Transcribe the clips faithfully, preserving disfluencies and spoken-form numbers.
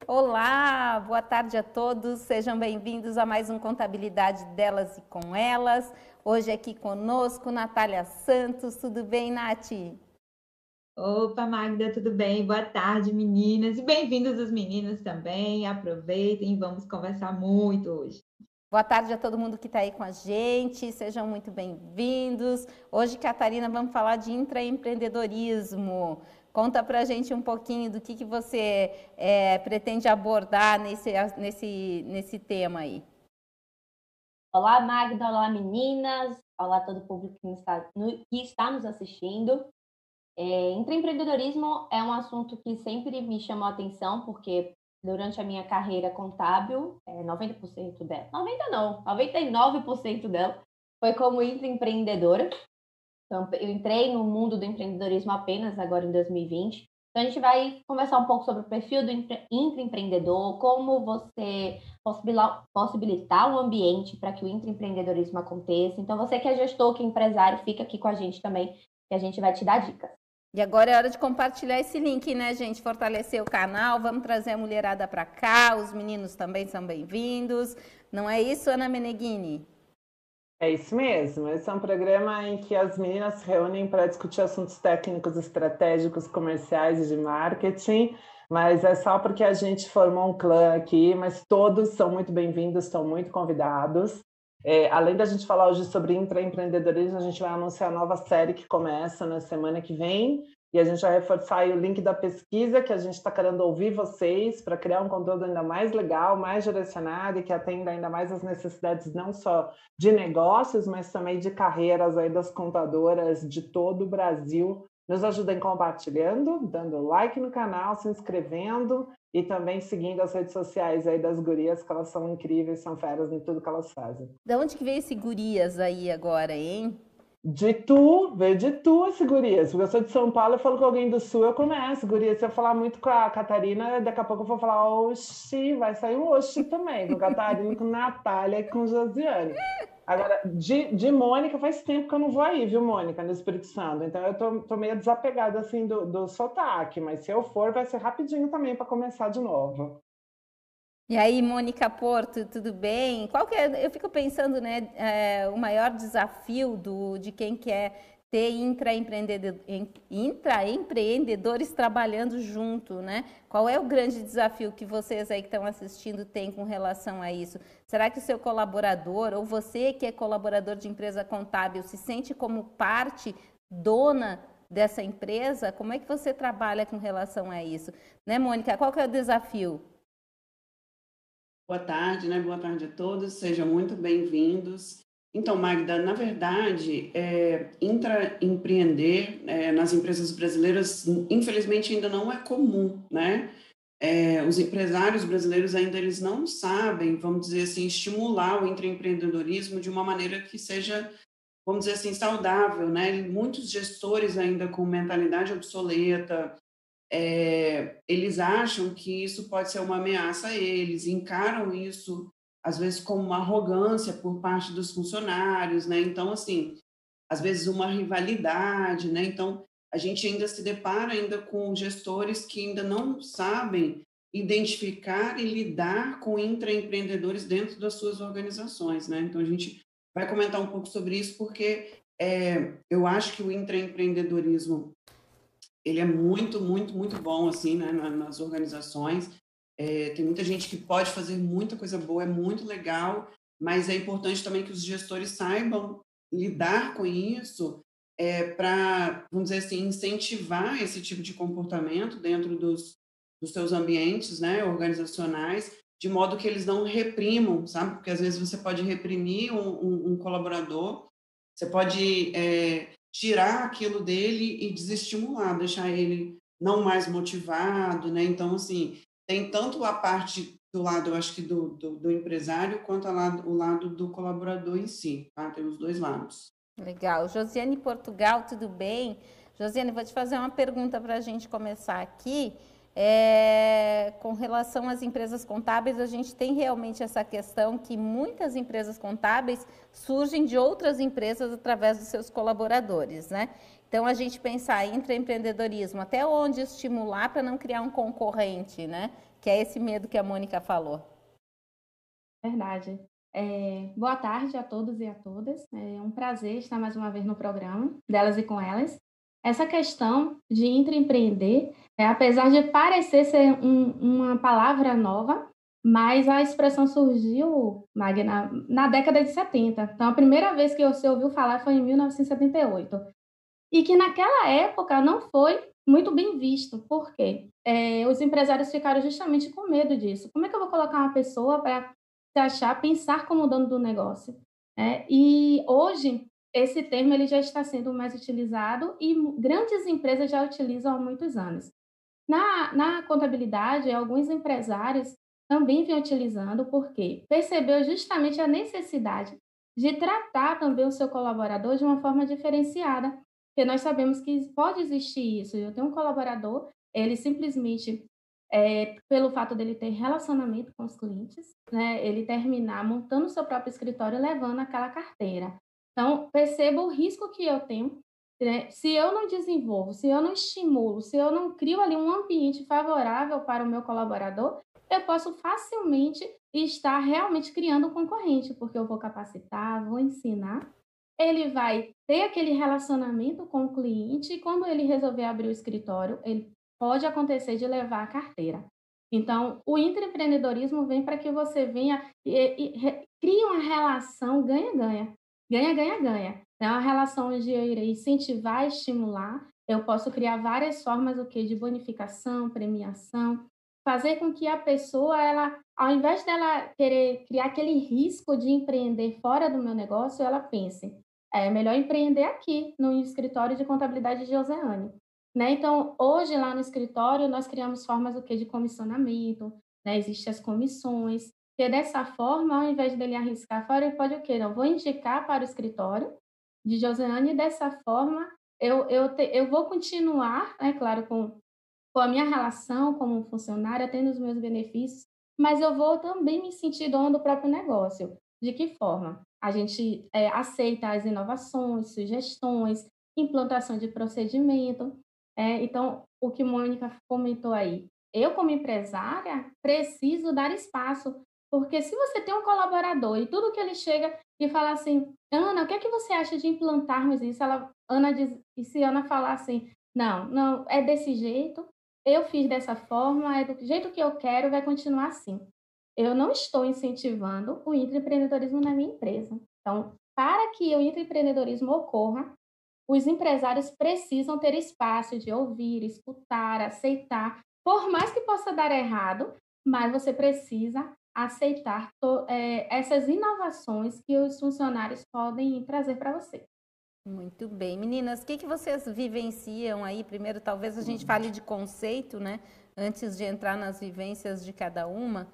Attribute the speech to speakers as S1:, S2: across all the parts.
S1: Olá, boa tarde a todos, sejam bem-vindos a mais um Contabilidade Delas e Com Elas. Hoje aqui conosco, Natália Santos. Tudo bem, Nath?
S2: Opa, Magda, tudo bem? Boa tarde, meninas. E bem-vindos os meninos também. Aproveitem, vamos conversar muito hoje.
S1: Boa tarde a todo mundo que está aí com a gente, sejam muito bem-vindos. Hoje, Catarina, vamos falar de intraempreendedorismo. Conta pra gente um pouquinho do que, que você é, pretende abordar nesse, nesse, nesse tema aí.
S3: Olá, Magda, olá, meninas, olá todo o público que está, que está nos assistindo. É, intraempreendedorismo é um assunto que sempre me chamou a atenção, porque durante a minha carreira contábil, é, noventa por cento dela, noventa não, noventa e nove por cento dela foi como intraempreendedora. Então, eu entrei no mundo do empreendedorismo apenas agora em dois mil e vinte. Então, a gente vai conversar um pouco sobre o perfil do intraempreendedor, como você possibilitar um ambiente para que o intraempreendedorismo aconteça. Então, você que é gestor, que é empresário, fica aqui com a gente também, que a gente vai te dar dicas.
S1: E agora é hora de compartilhar esse link, né, gente? Fortalecer o canal, vamos trazer a mulherada para cá, os meninos também são bem-vindos. Não é isso, Ana Meneghini?
S4: É isso mesmo, esse é um programa em que as meninas se reúnem para discutir assuntos técnicos, estratégicos, comerciais e de marketing, mas é só porque a gente formou um clã aqui, mas todos são muito bem-vindos, estão muito convidados. É, além da gente falar hoje sobre intraempreendedorismo, a gente vai anunciar a nova série que começa na semana que vem, e a gente vai reforçar aí o link da pesquisa, que a gente está querendo ouvir vocês para criar um conteúdo ainda mais legal, mais direcionado e que atenda ainda mais as necessidades não só de negócios, mas também de carreiras aí das contadoras de todo o Brasil. Nos ajudem compartilhando, dando like no canal, se inscrevendo e também seguindo as redes sociais aí das gurias, que elas são incríveis, são feras em tudo que elas fazem.
S1: De onde que veio esse gurias aí agora, hein?
S4: De tu, veio de tu esse gurias. Porque eu sou de São Paulo, eu falo com alguém do Sul, eu começo, gurias. Se eu falar muito com a Catarina, daqui a pouco eu vou falar oxi, vai sair um oxi também, com a Catarina, com Natália e com Josiane. Agora, de, de Mônica, faz tempo que eu não vou aí, viu, Mônica, no Espírito Santo. Então, eu tô, tô meio desapegada, assim, do, do sotaque. Mas se eu for, vai ser rapidinho também para começar de novo.
S1: E aí, Mônica Porto, tudo bem? Qual que é, eu fico pensando, né, é, o maior desafio do, de quem quer ter intraempreendedor, intraempreendedores trabalhando junto, né? Qual é o grande desafio que vocês aí que estão assistindo têm com relação a isso? Será que o seu colaborador, ou você que é colaborador de empresa contábil, se sente como parte, dona dessa empresa? Como é que você trabalha com relação a isso? Né, Mônica? Qual que é o desafio?
S5: Boa tarde, né? Boa tarde a todos, sejam muito bem-vindos. Então, Magda, na verdade, é, intraempreender é, nas empresas brasileiras, infelizmente, ainda não é comum, né? É, os empresários brasileiros ainda eles não sabem, vamos dizer assim, estimular o intraempreendedorismo de uma maneira que seja, vamos dizer assim, saudável, né? Muitos gestores ainda com mentalidade obsoleta, É, eles acham que isso pode ser uma ameaça a eles, encaram isso, às vezes, como uma arrogância por parte dos funcionários, né? Então, assim, às vezes uma rivalidade, né? Então, a gente ainda se depara ainda com gestores que ainda não sabem identificar e lidar com intraempreendedores dentro das suas organizações, né? Então, a gente vai comentar um pouco sobre isso, porque é, eu acho que o intraempreendedorismo ele é muito, muito, muito bom, assim, né, nas organizações. É, tem muita gente que pode fazer muita coisa boa, é muito legal, mas é importante também que os gestores saibam lidar com isso é, para, vamos dizer assim, incentivar esse tipo de comportamento dentro dos, dos seus ambientes, né, organizacionais, de modo que eles não reprimam, sabe? Porque às vezes você pode reprimir um, um, um colaborador, você pode... É, tirar aquilo dele e desestimular, deixar ele não mais motivado, né? Então, assim, tem tanto a parte do lado, eu acho que do, do, do empresário, quanto a lado, o lado do colaborador em si, tá? Tem os dois lados.
S1: Legal. Josiane Portugal, tudo bem? Josiane, vou te fazer uma pergunta para a gente começar aqui. É, com relação às empresas contábeis, a gente tem realmente essa questão que muitas empresas contábeis surgem de outras empresas através dos seus colaboradores, né? Então, a gente pensar em intraempreendedorismo, até onde estimular para não criar um concorrente, né? Que é esse medo que a Mônica falou.
S6: Verdade. É, boa tarde a todos e a todas. É um prazer estar mais uma vez no programa Delas e com Elas. Essa questão de intraempreender, é, apesar de parecer ser um, uma palavra nova, mas a expressão surgiu, Mag, na, na década de setenta. Então, a primeira vez que você ouviu falar foi em mil novecentos e setenta e oito. E que naquela época não foi muito bem visto. Por quê? É, os empresários ficaram justamente com medo disso. Como é que eu vou colocar uma pessoa para se achar, pensar como dono do negócio? É, e hoje, esse termo ele já está sendo mais utilizado e grandes empresas já utilizam há muitos anos. Na, na contabilidade, alguns empresários também vêm utilizando, porque percebeu justamente a necessidade de tratar também o seu colaborador de uma forma diferenciada, porque nós sabemos que pode existir isso. Eu tenho um colaborador, ele simplesmente, é, pelo fato dele ter relacionamento com os clientes, né, ele terminar montando o seu próprio escritório e levando aquela carteira. Então, perceba o risco que eu tenho, né? Se eu não desenvolvo, se eu não estimulo, se eu não crio ali um ambiente favorável para o meu colaborador, eu posso facilmente estar realmente criando um concorrente, porque eu vou capacitar, vou ensinar, ele vai ter aquele relacionamento com o cliente e quando ele resolver abrir o escritório, ele pode acontecer de levar a carteira. Então, o intraempreendedorismo vem para que você venha e, e, e crie uma relação ganha-ganha. Ganha, ganha, ganha. É uma relação onde eu irei incentivar, estimular. Eu posso criar várias formas o quê? De bonificação, premiação, fazer com que a pessoa, ela, ao invés dela querer criar aquele risco de empreender fora do meu negócio, ela pense, é melhor empreender aqui, no escritório de contabilidade de Joseane. Né? Então, hoje lá no escritório, nós criamos formas o quê? De comissionamento, né? Existem as comissões, porque dessa forma, ao invés dele arriscar fora, ele pode o quê? Não, vou indicar para o escritório de Joseane e dessa forma eu, eu, te, eu vou continuar, é né, claro, com, com a minha relação como funcionária, tendo os meus benefícios, mas eu vou também me sentir dono do próprio negócio. De que forma? A gente é, aceita as inovações, sugestões, implantação de procedimento. É, então, o que a Mônica comentou aí, eu como empresária preciso dar espaço, porque se você tem um colaborador e tudo que ele chega e fala assim, Ana, o que é que você acha de implantarmos isso? Ela, Ana diz, e se Ana falar assim, não, não, é desse jeito, eu fiz dessa forma, é do jeito que eu quero, vai continuar assim. Eu não estou incentivando o intraempreendedorismo na minha empresa. Então, para que o intraempreendedorismo ocorra, os empresários precisam ter espaço de ouvir, escutar, aceitar. Por mais que possa dar errado, mas você precisa aceitar é, essas inovações que os funcionários podem trazer para você.
S1: Muito bem. Meninas, o que, que vocês vivenciam aí? Primeiro, talvez a gente fale de conceito, né? Antes de entrar nas vivências de cada uma.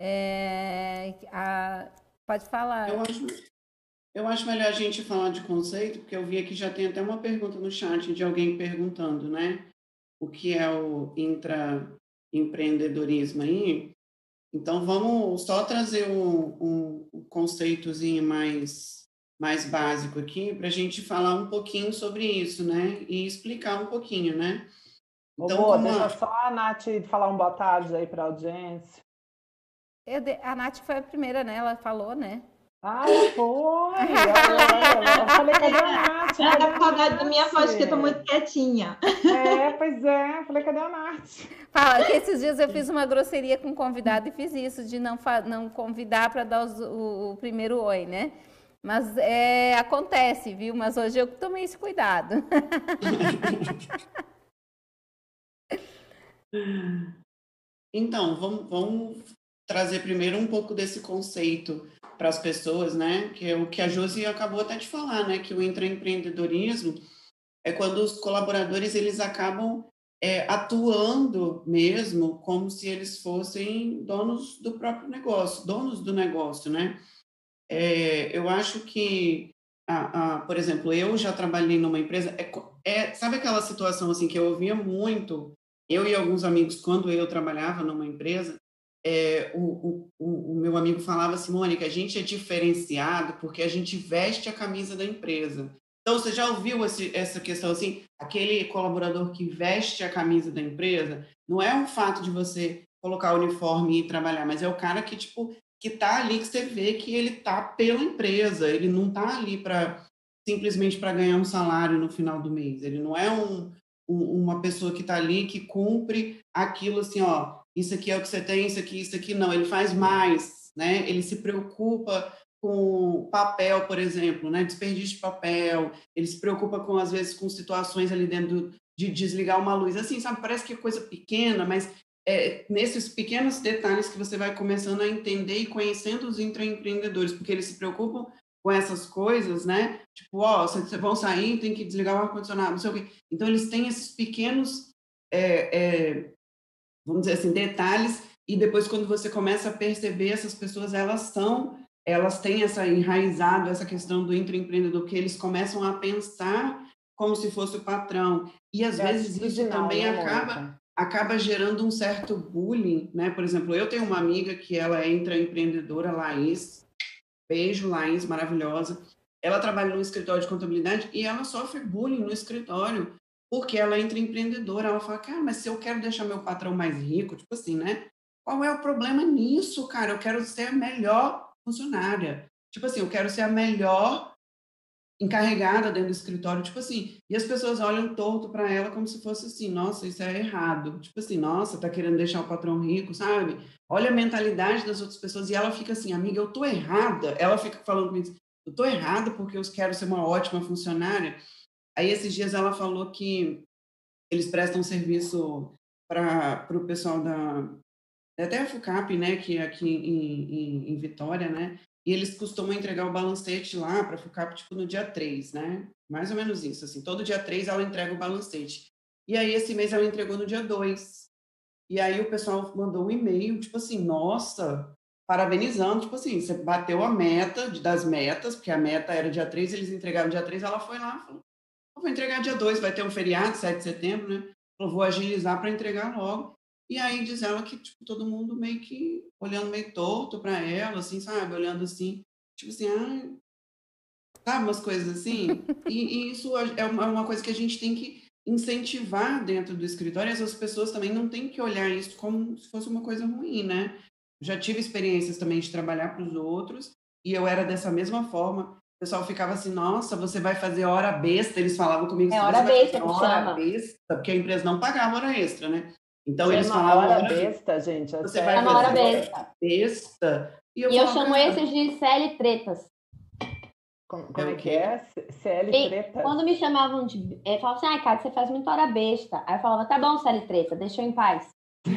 S1: É, a, pode falar.
S5: Eu acho, eu acho melhor a gente falar de conceito, porque eu vi aqui já tem até uma pergunta no chat de alguém perguntando, né? O que é o intraempreendedorismo aí? Então, vamos só trazer um, um, um conceitozinho mais, mais básico aqui para a gente falar um pouquinho sobre isso, né? E explicar um pouquinho, né?
S4: Então, Ô, deixa a... só a Nath falar um boa tarde aí para a audiência.
S1: Eu de... A Nath foi a primeira, né? Ela falou, né?
S4: Ah, foi! Eu falei, cadê a Nath?
S2: Ela tá com saudade da minha voz, que eu tô muito quietinha.
S4: É, pois é. Eu falei, cadê a Nath?
S1: Fala que esses dias eu fiz uma grosseria com um convidado e fiz isso, de não, não convidar para dar os, o, o primeiro oi, né? Mas é, acontece, viu? Mas hoje eu tomei esse cuidado.
S5: Então, vamos, vamos trazer primeiro um pouco desse conceito para as pessoas, né? Que é o que a Josi acabou até de falar, né? Que o intraempreendedorismo é quando os colaboradores eles acabam é, atuando mesmo como se eles fossem donos do próprio negócio, donos do negócio, né? É, eu acho que, a, a, por exemplo, eu já trabalhei numa empresa, é, é, sabe aquela situação assim que eu ouvia muito, eu e alguns amigos, quando eu trabalhava numa empresa, é, o, o, o meu amigo falava assim, Mônica, a gente é diferenciado porque a gente veste a camisa da empresa. Então, você já ouviu esse, essa questão assim? Aquele colaborador que veste a camisa da empresa, não é o fato de você colocar o uniforme e ir trabalhar, mas é o cara que, tipo, que tá ali, que você vê que ele tá pela empresa, ele não tá ali para simplesmente para ganhar um salário no final do mês, ele não é um, um, uma pessoa que tá ali, que cumpre aquilo assim, ó, isso aqui é o que você tem, isso aqui, isso aqui, não, ele faz mais, né? Ele se preocupa com papel, por exemplo, né? Desperdício de papel, ele se preocupa com, às vezes, com situações ali dentro de desligar uma luz, assim, sabe? Parece que é coisa pequena, mas é nesses pequenos detalhes que você vai começando a entender e conhecendo os intraempreendedores, porque eles se preocupam com essas coisas, né? Tipo, ó, vocês vão sair, tem que desligar o ar-condicionado, não sei o quê. Então, eles têm esses pequenos, é, é, vamos dizer assim, detalhes, e depois, quando você começa a perceber essas pessoas, elas são elas têm essa enraizado, essa questão do intraempreendedor, que eles começam a pensar como se fosse o patrão. E, às
S4: É
S5: vezes, isso
S4: atitudinal,
S5: também
S4: né,
S5: acaba,
S4: Mônica?
S5: acaba gerando um certo bullying, né? Por exemplo, eu tenho uma amiga que ela é intraempreendedora, Laís, beijo, Laís, maravilhosa. Ela trabalha no escritório de contabilidade e ela sofre bullying no escritório, porque ela é intraempreendedora. Ela fala, cara, mas se eu quero deixar meu patrão mais rico, tipo assim, né? Qual é o problema nisso, cara? Eu quero ser a melhor funcionária. Tipo assim, eu quero ser a melhor encarregada dentro do escritório, tipo assim, e as pessoas olham torto para ela como se fosse assim, nossa, isso é errado. Tipo assim, nossa, tá querendo deixar o patrão rico, sabe? Olha a mentalidade das outras pessoas e ela fica assim, amiga, eu tô errada. Ela fica falando comigo, eu tô errada porque eu quero ser uma ótima funcionária. Aí esses dias ela falou que eles prestam serviço para o pessoal da até a FUCAP, né, que é aqui em, em, em Vitória, né, e eles costumam entregar o balancete lá para a FUCAP, tipo, no dia três, né, mais ou menos isso, assim, todo dia três ela entrega o balancete. E aí, esse mês, ela entregou no dia dois. E aí, o pessoal mandou um e-mail, tipo assim, nossa, parabenizando, tipo assim, você bateu a meta das metas, porque a meta era dia três, eles entregaram dia três, ela foi lá, falou, eu vou entregar dia dois, vai ter um feriado, sete de setembro, né, eu vou agilizar para entregar logo. E aí diz ela que, tipo, todo mundo meio que olhando meio torto para ela, assim, sabe? Olhando assim, tipo assim, ah, sabe, umas coisas assim. E, e isso é uma, é uma coisa que a gente tem que incentivar dentro do escritório, e essas pessoas também não têm que olhar isso como se fosse uma coisa ruim, né? Já tive experiências também de trabalhar para os outros, e eu era dessa mesma forma. O pessoal ficava assim, nossa, você vai fazer hora besta, eles falavam comigo,
S3: É
S5: você
S3: hora
S5: vai
S3: besta
S5: fazer
S3: que
S5: hora
S3: chama.
S5: besta, porque a empresa não pagava hora extra, né? Então, eles
S4: Chama
S5: falavam
S4: hora
S5: hora
S4: besta, gente. É
S5: você vai
S3: Chama hora
S5: fazer
S4: sério.
S3: besta.
S5: besta. E eu
S3: E eu
S5: falo,
S3: chamo
S5: cara,
S3: esses de C L tretas.
S4: Como,
S5: é
S4: como
S5: o
S4: é que
S5: quê?
S4: é? C- CL
S3: E
S4: tretas?
S3: quando me chamavam de. É, falavam assim, ai, cara, você faz muito hora besta. Aí eu falava, tá bom, C L treta, deixa eu em paz.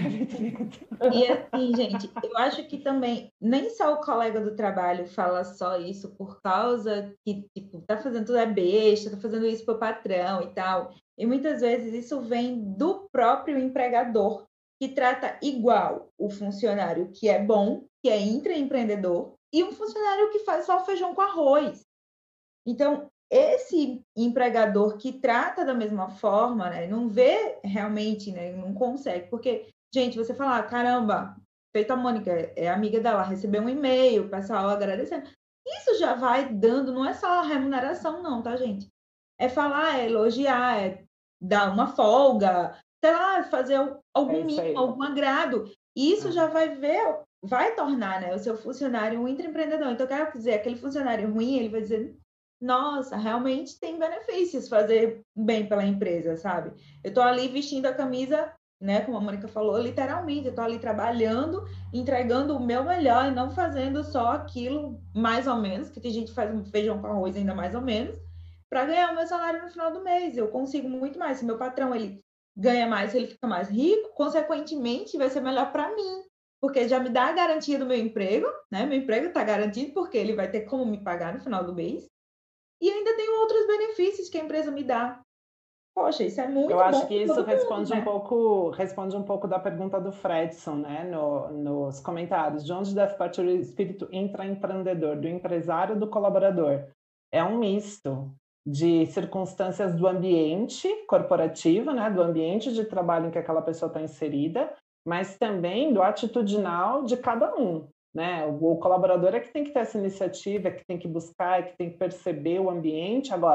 S2: E assim, gente, eu acho que também nem só o colega do trabalho fala só isso por causa que, tipo, tá fazendo tudo é besta, tá fazendo isso pro patrão e tal. E muitas vezes isso vem do próprio empregador, que trata igual o funcionário que é bom, que é intraempreendedor, e um funcionário que faz só feijão com arroz. Então, esse empregador que trata da mesma forma, né, não vê realmente, né, não consegue, porque, gente, você fala, ah, caramba, feito a Mônica, é amiga dela, recebeu um e-mail, o pessoal agradecendo. Isso já vai dando, não é só a remuneração, não, tá, gente? É falar, é elogiar, é dar uma folga, sei lá, fazer algum
S4: É isso
S2: mimo,
S4: aí.
S2: algum agrado. Isso
S5: É.
S2: já vai ver, vai tornar, né, o seu funcionário um intraempreendedor. Então, eu quero dizer, aquele funcionário ruim, ele vai dizer, nossa, realmente tem benefícios fazer bem pela empresa, sabe? Eu estou ali vestindo a camisa, né, como a Mônica falou, literalmente, eu estou ali trabalhando, entregando o meu melhor e não fazendo só aquilo mais ou menos, que tem gente que faz um feijão com arroz ainda mais ou menos, para ganhar o meu salário no final do mês. Eu consigo muito mais. Se meu patrão ele ganha mais, ele fica mais rico, consequentemente vai ser melhor para mim, porque já me dá a garantia do meu emprego, né? Meu emprego está garantido porque ele vai ter como me pagar no final do mês. E ainda tem outros benefícios que a empresa me dá. Poxa, isso é muito
S4: Eu
S2: bom
S4: acho que
S2: para
S4: isso
S2: todo mundo,
S4: responde um
S2: né?
S4: pouco, responde um pouco da pergunta do Fredson, né, no, nos comentários. De onde deve partir o espírito intraempreendedor, do empresário ou do colaborador? É um misto de circunstâncias do ambiente corporativo, né, do ambiente de trabalho em que aquela pessoa está inserida, mas também do atitudinal de cada um, né? O, o colaborador é que tem que ter essa iniciativa, é que tem que buscar, é que tem que perceber o ambiente. Agora,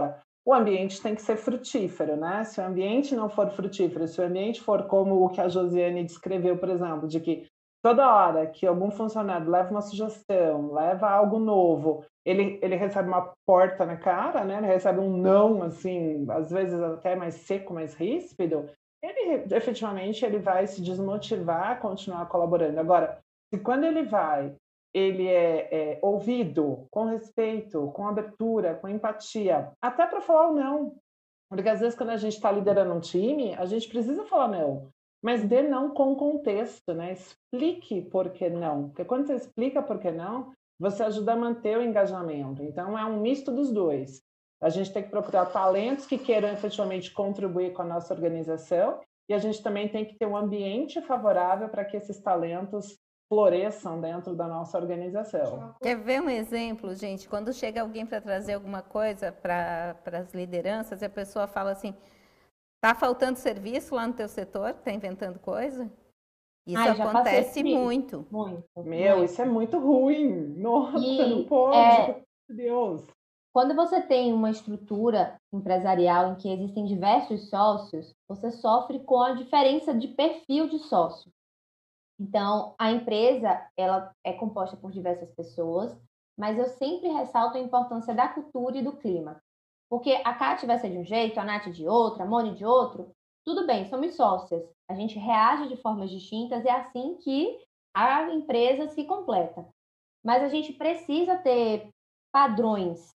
S4: o ambiente tem que ser frutífero, né? Se o ambiente não for frutífero, se o ambiente for como o que a Josiane descreveu, por exemplo, de que toda hora que algum funcionário leva uma sugestão, leva algo novo, ele, ele recebe uma porta na cara, né? Ele recebe um não, assim, às vezes até mais seco, mais ríspido, ele efetivamente ele vai se desmotivar a continuar colaborando. Agora, se quando ele vai, ele é, é ouvido com respeito, com abertura, com empatia, até para falar o não. Porque às vezes quando a gente está liderando um time, a gente precisa falar não, mas dê não com contexto, né? Explique por que não. Porque quando você explica por que não, você ajuda a manter o engajamento. Então é um misto dos dois. A gente tem que procurar talentos que queiram efetivamente contribuir com a nossa organização e a gente também tem que ter um ambiente favorável para que esses talentos floresçam dentro da nossa organização.
S1: Quer ver um exemplo, gente? Quando chega alguém para trazer alguma coisa para as lideranças, e a pessoa fala assim, tá faltando serviço lá no teu setor? Tá inventando coisa? Isso
S3: Ai, já passei
S1: acontece
S3: por isso.
S1: muito.
S3: Muito.
S4: Meu,
S3: muito.
S4: isso é muito ruim. Nossa,
S3: E,
S4: não pode,
S3: é,
S4: pelo amor de Deus.
S3: Quando você tem uma estrutura empresarial em que existem diversos sócios, você sofre com a diferença de perfil de sócio. Então, a empresa ela é composta por diversas pessoas, mas eu sempre ressalto a importância da cultura e do clima. Porque a Kátia vai ser de um jeito, a Nath de outro, a Moni de outro. Tudo bem, somos sócias. A gente reage de formas distintas e é assim que a empresa se completa. Mas a gente precisa ter padrões.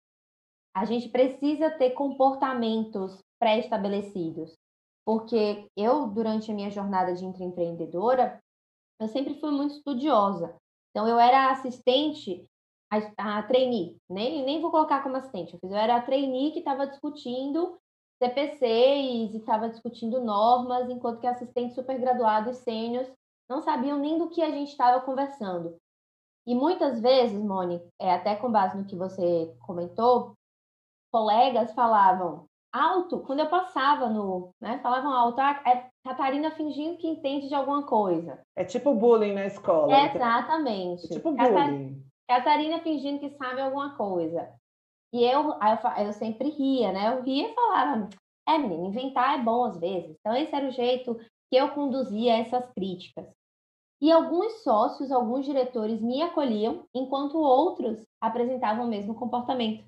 S3: A gente precisa ter comportamentos pré-estabelecidos. Porque eu, durante a minha jornada de intraempreendedora, eu sempre fui muito estudiosa. Então, eu era assistente, a, a trainee, nem, nem vou colocar como assistente, eu, fiz, eu era a trainee que estava discutindo C P Cs e estava discutindo normas, enquanto que assistentes supergraduados e sêniores não sabiam nem do que a gente estava conversando. E muitas vezes, Moni, é, até com base no que você comentou, colegas falavam alto, quando eu passava no, né, falavam alto, ah, é Catarina fingindo que entende de alguma coisa.
S4: É tipo bullying na escola.
S3: É, exatamente.
S4: É tipo
S3: Catar...
S4: bullying.
S3: Catarina fingindo que sabe alguma coisa. E eu, eu, eu sempre ria, né? Eu ria e falava, é, menina, inventar é bom às vezes. Então, esse era o jeito que eu conduzia essas críticas. E alguns sócios, alguns diretores me acolhiam, enquanto outros apresentavam o mesmo comportamento.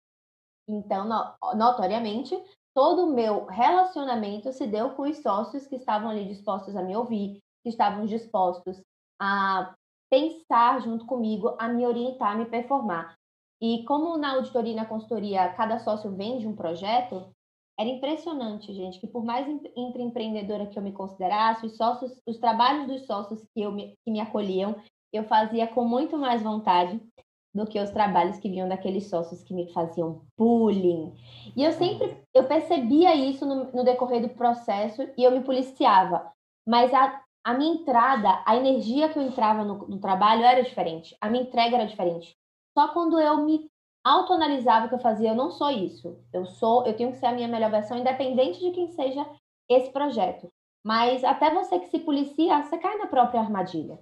S3: Então, notoriamente, todo o meu relacionamento se deu com os sócios que estavam ali dispostos a me ouvir, que estavam dispostos a pensar junto comigo, a me orientar, a me performar. E como na auditoria e na consultoria cada sócio vende um projeto, era impressionante, gente, que por mais intraempreendedora que eu me considerasse, os sócios, os trabalhos dos sócios que, eu me, que me acolhiam, eu fazia com muito mais vontade do que os trabalhos que vinham daqueles sócios que me faziam bullying. E eu sempre, eu percebia isso no, no decorrer do processo e eu me policiava. Mas a, a minha entrada, a energia que eu entrava no, no trabalho era diferente. A minha entrega era diferente. Só quando eu me autoanalisava o que eu fazia, eu não sou isso. Eu sou, eu tenho que ser a minha melhor versão, independente de quem seja esse projeto. Mas até você que se policia, você cai na própria armadilha.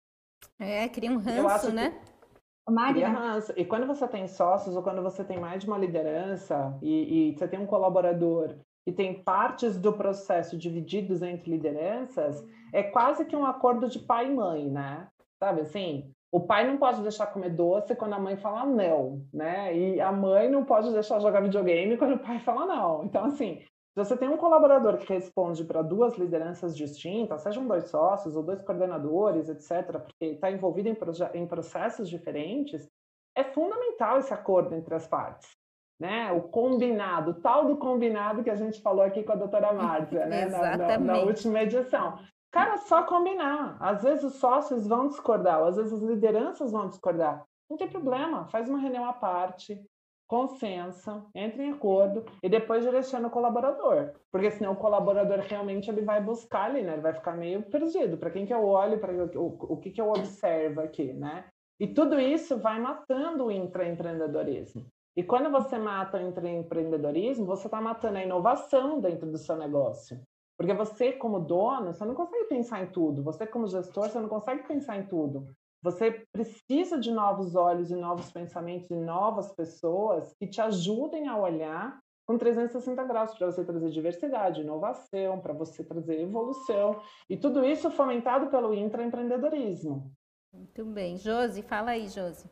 S1: É, cria um ranço, né?
S4: Que... Magna. E quando você tem sócios ou quando você tem mais de uma liderança e, e você tem um colaborador e tem partes do processo divididos entre lideranças, é quase que um acordo de pai e mãe, né? Sabe assim? O pai não pode deixar comer doce quando a mãe fala não, né? E a mãe não pode deixar jogar videogame quando o pai fala não. Então, assim, se você tem um colaborador que responde para duas lideranças distintas, sejam dois sócios ou dois coordenadores, etcétera, porque está envolvido em, em processos diferentes, é fundamental esse acordo entre as partes, né? O combinado, o tal do combinado que a gente falou aqui com a doutora Márcia, né? na, na, na última edição. Cara, só combinar. Às vezes os sócios vão discordar, às vezes as lideranças vão discordar. Não tem problema, faz uma reunião à parte, consensa, entra em acordo e depois direciona o colaborador. Porque senão o colaborador realmente ele vai buscar ali, né? Ele vai ficar meio perdido. Para quem que eu olho, para o, o que que eu observo aqui, né? E tudo isso vai matando o intraempreendedorismo. E quando você mata o intraempreendedorismo, você está matando a inovação dentro do seu negócio. Porque você, como dono, você não consegue pensar em tudo. Você, como gestor, você não consegue pensar em tudo. Você precisa de novos olhos e novos pensamentos e novas pessoas que te ajudem a olhar com trezentos e sessenta graus, para você trazer diversidade, inovação, para você trazer evolução, e tudo isso fomentado pelo intraempreendedorismo.
S1: Muito bem. Josi, fala aí, Josi.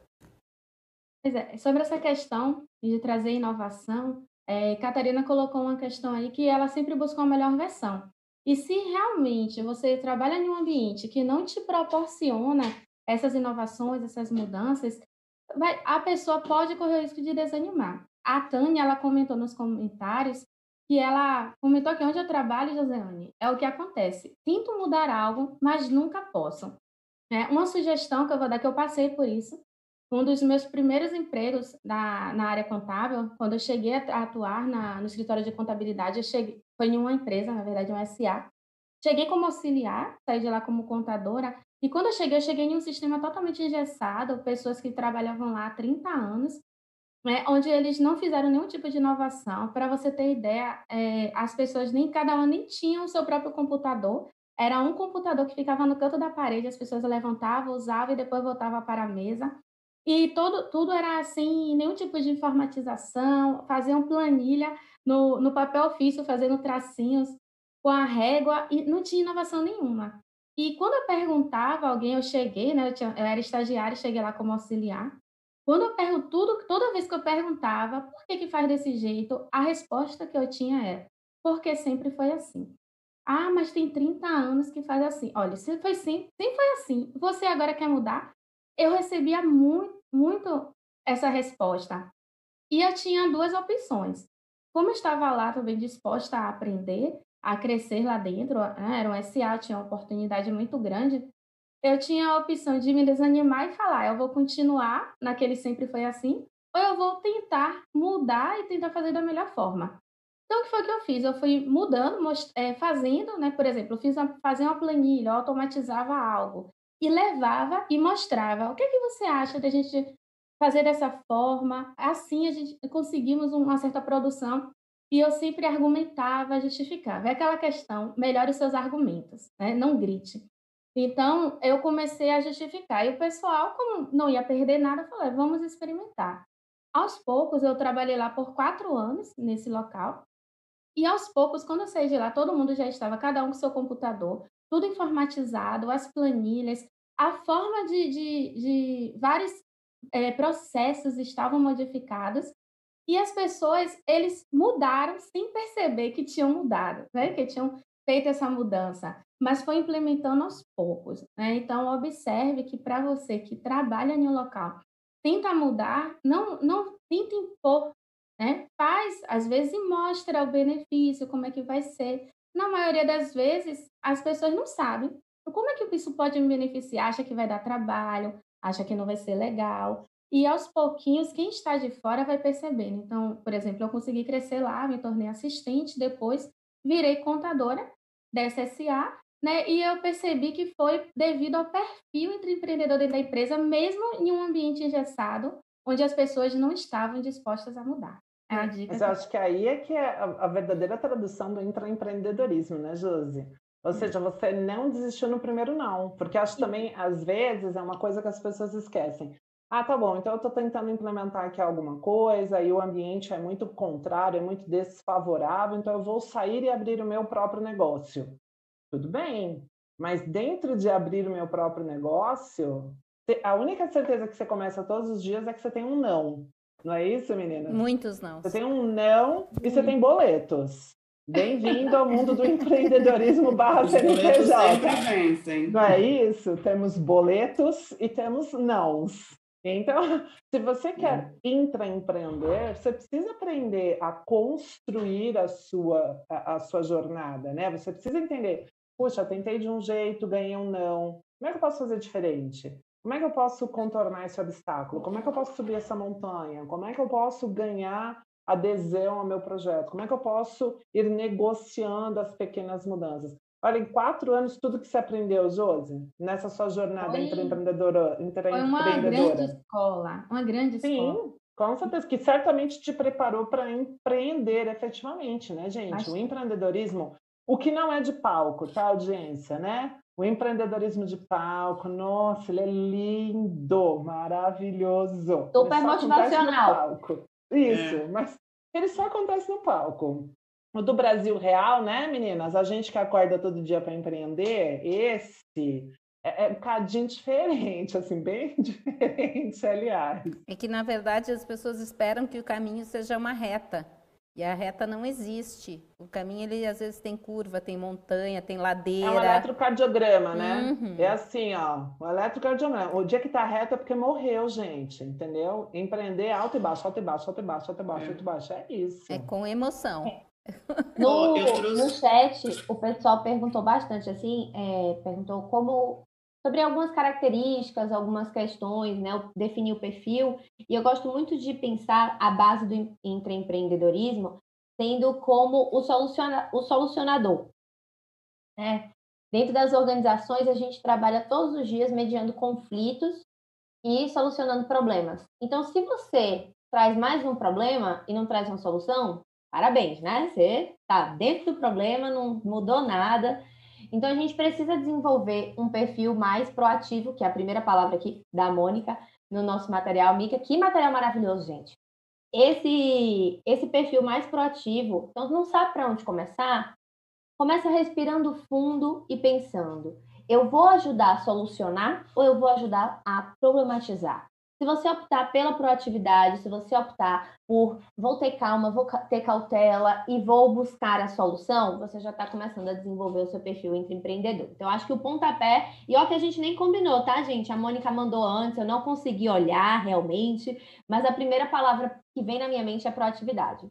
S6: Pois é, sobre essa questão de trazer inovação, é, Catarina colocou uma questão aí que ela sempre busca uma melhor versão. E se realmente você trabalha em um ambiente que não te proporciona essas inovações, essas mudanças, vai, a pessoa pode correr o risco de desanimar. A Tânia, ela comentou nos comentários que ela comentou que onde eu trabalho, Josiane, é o que acontece. Tento mudar algo, mas nunca posso. É, uma sugestão que eu vou dar, que eu passei por isso, um dos meus primeiros empregos na, na área contábil, quando eu cheguei a atuar na, no escritório de contabilidade, eu cheguei, foi em uma empresa, na verdade, um S A. Cheguei como auxiliar, saí de lá como contadora, e quando eu cheguei, eu cheguei em um sistema totalmente engessado, pessoas que trabalhavam lá há trinta anos, né, onde eles não fizeram nenhum tipo de inovação. Para você ter ideia, é, as pessoas, nem cada uma nem tinham o seu próprio computador, era um computador que ficava no canto da parede, as pessoas levantavam, usavam e depois voltavam para a mesa. E todo, tudo era assim, nenhum tipo de informatização, faziam planilha no, no papel ofício, fazendo tracinhos com a régua, e não tinha inovação nenhuma. E quando eu perguntava a alguém, eu cheguei, né, eu, tinha, eu era estagiária, cheguei lá como auxiliar. Quando eu pergunto, tudo, toda vez que eu perguntava por que, que faz desse jeito, a resposta que eu tinha era, porque sempre foi assim. Ah, mas tem trinta anos que faz assim. Olha, se foi sempre, sempre foi assim. Você agora quer mudar? Eu recebia muito, muito essa resposta. E eu tinha duas opções. Como eu estava lá também disposta a aprender, a crescer lá dentro, né, era um S A, tinha uma oportunidade muito grande, eu tinha a opção de me desanimar e falar, eu vou continuar naquele sempre foi assim, ou eu vou tentar mudar e tentar fazer da melhor forma. Então, o que foi que eu fiz? Eu fui mudando, most- eh, fazendo, né? Por exemplo, eu fiz uma, fazia uma planilha, eu automatizava algo e levava e mostrava. O que é que você acha da gente fazer dessa forma? Assim a gente conseguimos uma certa produção e eu sempre argumentava, justificava. É aquela questão, melhore os seus argumentos, né? Não grite. Então, eu comecei a justificar. E o pessoal, como não ia perder nada, falou: vamos experimentar. Aos poucos, eu trabalhei lá por quatro anos nesse local. E aos poucos, quando eu saí de lá, todo mundo já estava, cada um com seu computador, tudo informatizado, as planilhas, a forma de, de, de vários eh, processos estavam modificados. E as pessoas, eles mudaram sem perceber que tinham mudado, né? Que tinham feito essa mudança, mas foi implementando aos poucos, né? Então, observe que para você que trabalha em um local, tenta mudar, não, não tenta impor, né? Faz, às vezes, e mostra o benefício, como é que vai ser. Na maioria das vezes, as pessoas não sabem. Como é que isso pode me beneficiar? Acha que vai dar trabalho, acha que não vai ser legal. E aos pouquinhos, quem está de fora vai percebendo. Então, por exemplo, eu consegui crescer lá, me tornei assistente, depois virei contadora dessa S A, né? E eu percebi que foi devido ao perfil entre empreendedor dentro da empresa, mesmo em um ambiente engessado, onde as pessoas não estavam dispostas a mudar. É a dica.
S4: Mas eu acho que aí é que é a, a verdadeira tradução do intraempreendedorismo, né, Josi? Ou seja, você não desistiu no primeiro não, porque acho também, às vezes, é uma coisa que as pessoas esquecem. Ah, tá bom, então eu estou tentando implementar aqui alguma coisa e o ambiente é muito contrário, é muito desfavorável, então eu vou sair e abrir o meu próprio negócio. Tudo bem, mas dentro de abrir o meu próprio negócio, a única certeza que você começa todos os dias é que você tem um não. Não é isso, meninas?
S1: Muitos não.
S4: Você tem um não e você tem boletos. Bem-vindo ao mundo do empreendedorismo barra C N P J.
S5: Vencem.
S4: Não é isso? Temos boletos e temos nãos. Então, se você quer intraempreender, você precisa aprender a construir a sua, a, a sua jornada, né? Você precisa entender, puxa, tentei de um jeito, ganhei um não. Como é que eu posso fazer diferente? Como é que eu posso contornar esse obstáculo? Como é que eu posso subir essa montanha? Como é que eu posso ganhar adesão ao meu projeto? Como é que eu posso ir negociando as pequenas mudanças? Olha, em quatro anos, tudo que você aprendeu, Josi, nessa sua jornada
S6: Foi,
S4: entre empreendedora, entre
S6: foi uma
S4: empreendedora.
S6: grande escola, uma grande escola.
S4: Sim, com certeza, que certamente te preparou para empreender efetivamente, né, gente?
S6: Acho...
S4: O empreendedorismo, o que não é de palco, tá, audiência, né? O empreendedorismo de palco, nossa, ele é lindo, maravilhoso.
S6: Super
S4: Mas só acontece no
S6: motivacional.
S4: palco. Isso,
S5: É.
S4: mas ele só acontece no palco. O do Brasil Real, né, meninas? A gente que acorda todo dia para empreender, esse é, é um bocadinho diferente, assim, bem diferente, aliás.
S1: É que, na verdade, as pessoas esperam que o caminho seja uma reta. E a reta não existe. O caminho, ele às vezes tem curva, tem montanha, tem ladeira.
S4: É um eletrocardiograma, né?
S1: Uhum.
S4: É assim, ó, o eletrocardiograma. O dia que tá reto é porque morreu, gente, entendeu? Empreender alto e baixo, alto e baixo, alto e baixo, alto e baixo, alto e baixo, é isso.
S1: É com emoção.
S3: É. No, no chat, o pessoal perguntou bastante, assim, é, perguntou como, sobre algumas características, algumas questões, né, definir o perfil, e eu gosto muito de pensar a base do intraempreendedorismo sendo como o, soluciona, o solucionador, né? Dentro das organizações, a gente trabalha todos os dias mediando conflitos e solucionando problemas. Então, se você traz mais um problema e não traz uma solução, parabéns, né? Você está dentro do problema, não mudou nada. Então, a gente precisa desenvolver um perfil mais proativo, que é a primeira palavra aqui da Mônica, no nosso material. Mica, que material maravilhoso, gente. Esse, esse perfil mais proativo, então, não sabe para onde começar? Começa respirando fundo e pensando. Eu vou ajudar a solucionar ou eu vou ajudar a problematizar? Se você optar pela proatividade, se você optar por vou ter calma, vou ter cautela e vou buscar a solução, você já está começando a desenvolver o seu perfil entre empreendedor. Então, acho que o pontapé, e ó que a gente nem combinou, tá, gente? A Mônica mandou antes, eu não consegui olhar realmente, mas a primeira palavra que vem na minha mente é proatividade.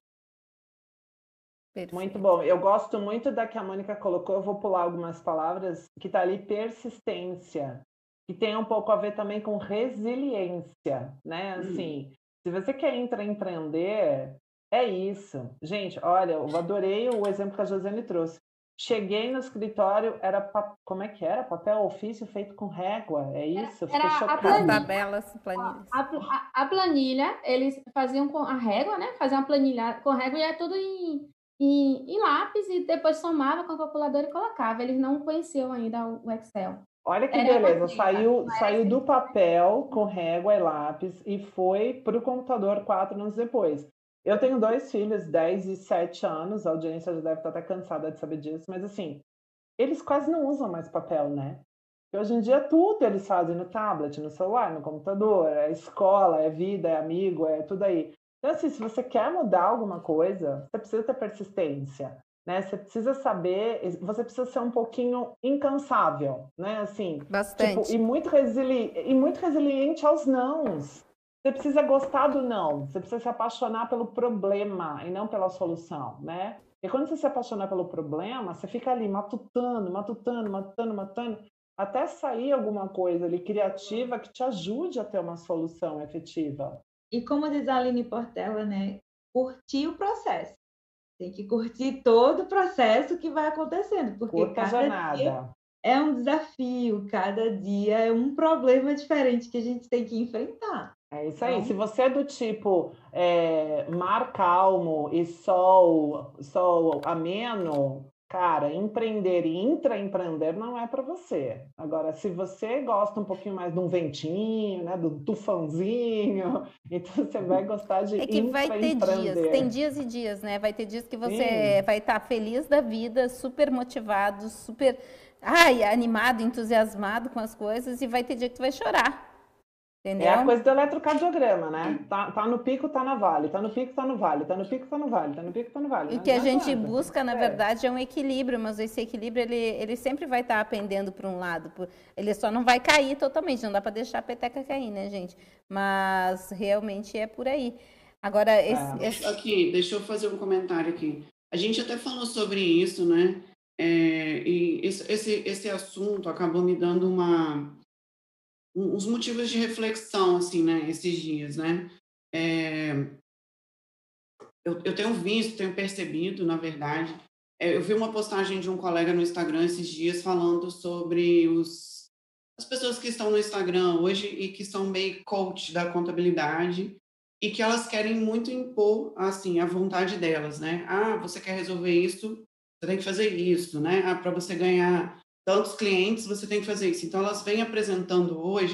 S4: Perfeito. Muito bom. Eu gosto muito da que a Mônica colocou, eu vou pular algumas palavras, que está ali persistência, que tem um pouco a ver também com resiliência, né? Assim, hum. se você quer empreender, é isso. Gente, olha, eu adorei o exemplo que a Josiane trouxe. Cheguei no escritório, era pa... como é que era? Papel ofício feito com régua, é isso?
S6: Era, era a planilha,
S1: tabelas, planilhas.
S6: A, a, a planilha, eles faziam com a régua, né? Faziam uma planilha com régua e é tudo em... Em, em lápis e depois somava com a calculadora e colocava. Eles não conheciam ainda o Excel.
S4: Olha que era beleza, saiu, saiu do papel com régua e lápis e foi para o computador quatro anos depois. Eu tenho dois filhos, dez e sete anos, a audiência já deve estar até cansada de saber disso, mas assim, eles quase não usam mais papel, né? Porque hoje em dia tudo eles fazem no tablet, no celular, no computador, é escola, é vida, é amigo, é tudo aí. Então, assim, se você quer mudar alguma coisa, você precisa ter persistência, né? Você precisa saber, você precisa ser um pouquinho incansável, né? Assim,
S1: bastante.
S4: Tipo, e, muito resili- e muito resiliente aos nãos. Você precisa gostar do não, você precisa se apaixonar pelo problema e não pela solução, né? E quando você se apaixonar pelo problema, você fica ali matutando, matutando, matutando, matutando, até sair alguma coisa ali criativa que te ajude a ter uma solução efetiva.
S2: E como diz a Aline Portela, né? Curtir o processo. Tem que curtir todo o processo que vai acontecendo, porque
S4: Curta
S2: cada
S4: jornada.
S2: dia é um desafio, cada dia é um problema diferente que a gente tem que enfrentar.
S4: É isso aí. Então... Se você é do tipo é, mar calmo e sol, sol ameno, cara, empreender e intraempreender não é para você. Agora, se você gosta um pouquinho mais de um ventinho, né, do tufãozinho, então você vai gostar de
S1: É que vai ter dias, tem dias e dias, né? Vai ter dias que você Sim. vai estar feliz da vida, super motivado, super ai, animado, entusiasmado com as coisas, e vai ter dia que tu vai chorar. Entendeu?
S4: É a coisa do eletrocardiograma, né? Tá, tá no pico, tá na vale, tá no pico, tá no vale, tá no pico, tá no vale, tá no pico, tá no vale.
S1: E o que a gente busca, na verdade, é um equilíbrio, mas esse equilíbrio, ele, ele sempre vai estar pendendo para um lado. Ele só não vai cair totalmente, não dá para deixar a peteca cair, né, gente? Mas realmente é por aí. Agora, esse,
S5: é.
S1: esse...
S5: Aqui, deixa eu fazer um comentário aqui. A gente até falou sobre isso, né? É, e esse, esse, esse assunto acabou me dando uma... uns motivos de reflexão, assim, né, esses dias, né, é, eu, eu tenho visto, tenho percebido, na verdade, é, eu vi uma postagem de um colega no Instagram esses dias falando sobre os, as pessoas que estão no Instagram hoje e que são meio coach da contabilidade e que elas querem muito impor, assim, a vontade delas, né, ah, você quer resolver isso, você tem que fazer isso, né, ah, para você ganhar tantos clientes, você tem que fazer isso. Então, elas vêm apresentando hoje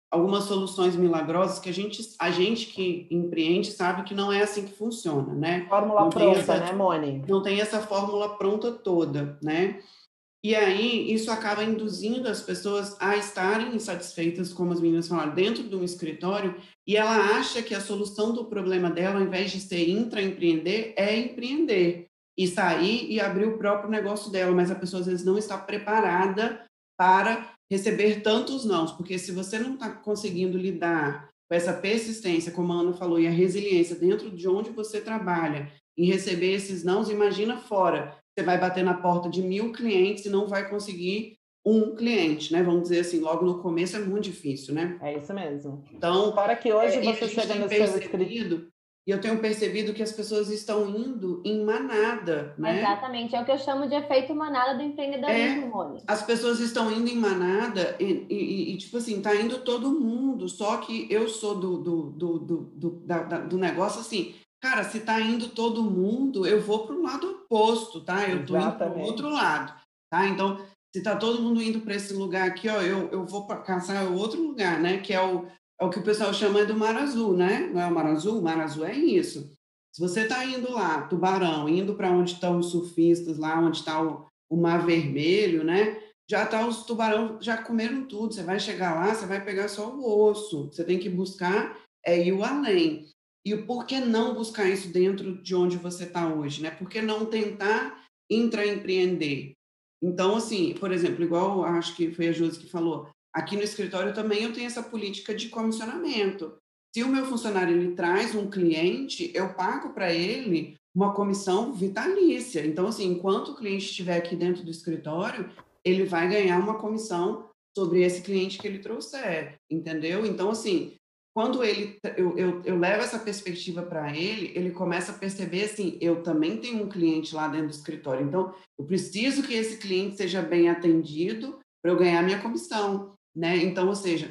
S5: algumas soluções milagrosas que a gente, a gente que empreende sabe que não é assim que funciona, né?
S4: Fórmula
S5: não
S4: pronta,
S5: essa,
S4: né, Moni?
S5: Não tem essa fórmula pronta toda, né? E aí, isso acaba induzindo as pessoas a estarem insatisfeitas, como as meninas falaram, dentro de um escritório, e ela acha que a solução do problema dela, ao invés de ser intraempreender, é empreender, e sair e abrir o próprio negócio dela, mas a pessoa, às vezes, não está preparada para receber tantos nãos, porque se você não está conseguindo lidar com essa persistência, como a Ana falou, e a resiliência dentro de onde você trabalha, em receber esses nãos, imagina fora. Você vai bater na porta de mil clientes e não vai conseguir um cliente, né? Vamos dizer assim, logo no começo é muito difícil, né?
S4: É isso mesmo.
S5: Então,
S4: Fora que hoje
S5: é,
S4: você chega no seu escritório.
S5: E eu tenho percebido que as pessoas estão indo em manada, né?
S3: Exatamente, é o que eu chamo de efeito manada do empreendedorismo,
S5: é,
S3: Rony.
S5: As pessoas estão indo em manada e, e, e, tipo assim, tá indo todo mundo, só que eu sou do, do, do, do, do, da, do negócio assim, cara, se tá indo todo mundo, eu vou para o lado oposto, tá? Eu tô indo para o outro lado, tá? Então, se tá todo mundo indo para esse lugar aqui, ó, eu, eu vou para caçar outro lugar, né? Que é o, é o que o pessoal chama do Mar Azul, né? Não é o Mar Azul? O Mar Azul é isso. Se você tá indo lá, Tubarão, indo para onde estão os surfistas, lá onde está o, o Mar Vermelho, né? Já tá os tubarão, já comeram tudo. Você vai chegar lá, você vai pegar só o osso. Você tem que buscar é ir o além. E por que não buscar isso dentro de onde você está hoje, né? Por que não tentar intraempreender? Então, assim, por exemplo, igual acho que foi a Josi que falou, aqui no escritório também eu tenho essa política de comissionamento. Se o meu funcionário ele traz um cliente, eu pago para ele uma comissão vitalícia. Então, assim, enquanto o cliente estiver aqui dentro do escritório, ele vai ganhar uma comissão sobre esse cliente que ele trouxer, entendeu? Então, assim, quando ele, eu, eu, eu levo essa perspectiva para ele, ele começa a perceber assim, eu também tenho um cliente lá dentro do escritório, então eu preciso que esse cliente seja bem atendido para eu ganhar minha comissão, né? Então, ou seja,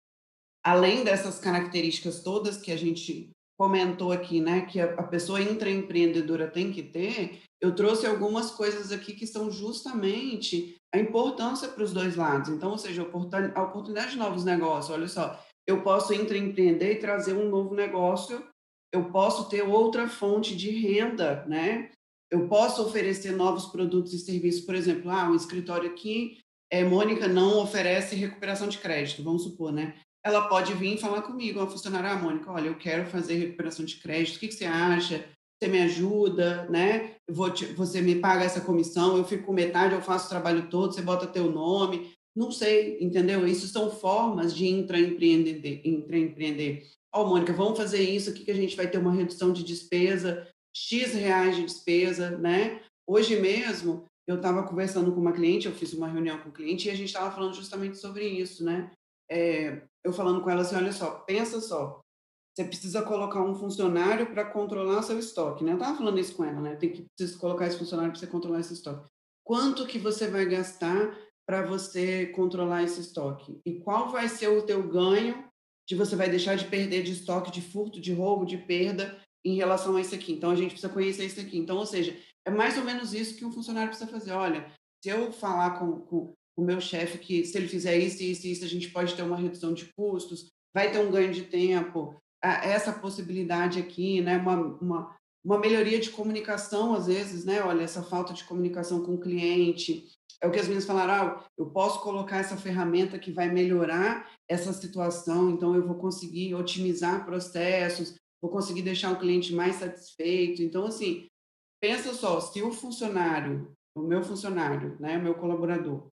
S5: além dessas características todas que a gente comentou aqui, né, que a, a pessoa intraempreendedora tem que ter, eu trouxe algumas coisas aqui que são justamente a importância para os dois lados. Então, ou seja, a oportunidade de novos negócios, olha só, eu posso intraempreender e trazer um novo negócio, eu posso ter outra fonte de renda, né? Eu posso oferecer novos produtos e serviços, por exemplo, ah, um escritório aqui, é, Mônica não oferece recuperação de crédito, vamos supor, né? Ela pode vir falar comigo, uma funcionária, ah, Mônica, olha, eu quero fazer recuperação de crédito, o que, que você acha? Você me ajuda, né? Eu vou te, você me paga essa comissão, eu fico com metade, eu faço o trabalho todo, você bota teu nome, não sei, entendeu? Isso são formas de intraempreender. intraempreender. Ó, oh, Mônica, vamos fazer isso aqui que a gente vai ter uma redução de despesa, X reais de despesa, né? Hoje mesmo, eu estava conversando com uma cliente, eu fiz uma reunião com o cliente e a gente estava falando justamente sobre isso, né? É, eu falando com ela assim, olha só, pensa só, você precisa colocar um funcionário para controlar seu estoque, né? Eu estava falando isso com ela, né? Tem que precisa colocar esse funcionário para você controlar esse estoque. Quanto que você vai gastar para você controlar esse estoque? E qual vai ser o teu ganho de você vai deixar de perder de estoque, de furto, de roubo, de perda em relação a isso aqui? Então, a gente precisa conhecer isso aqui. Então, ou seja, é mais ou menos isso que um funcionário precisa fazer. Olha, se eu falar com, com o meu chefe que se ele fizer isso, isso e isso, a gente pode ter uma redução de custos, vai ter um ganho de tempo, essa possibilidade aqui, né, uma, uma, uma melhoria de comunicação, às vezes, né, olha, essa falta de comunicação com o cliente, é o que as meninas falaram, ah, eu posso colocar essa ferramenta que vai melhorar essa situação, então eu vou conseguir otimizar processos, vou conseguir deixar o cliente mais satisfeito. Então, assim, pensa só, se o funcionário, o meu funcionário, né, o meu colaborador,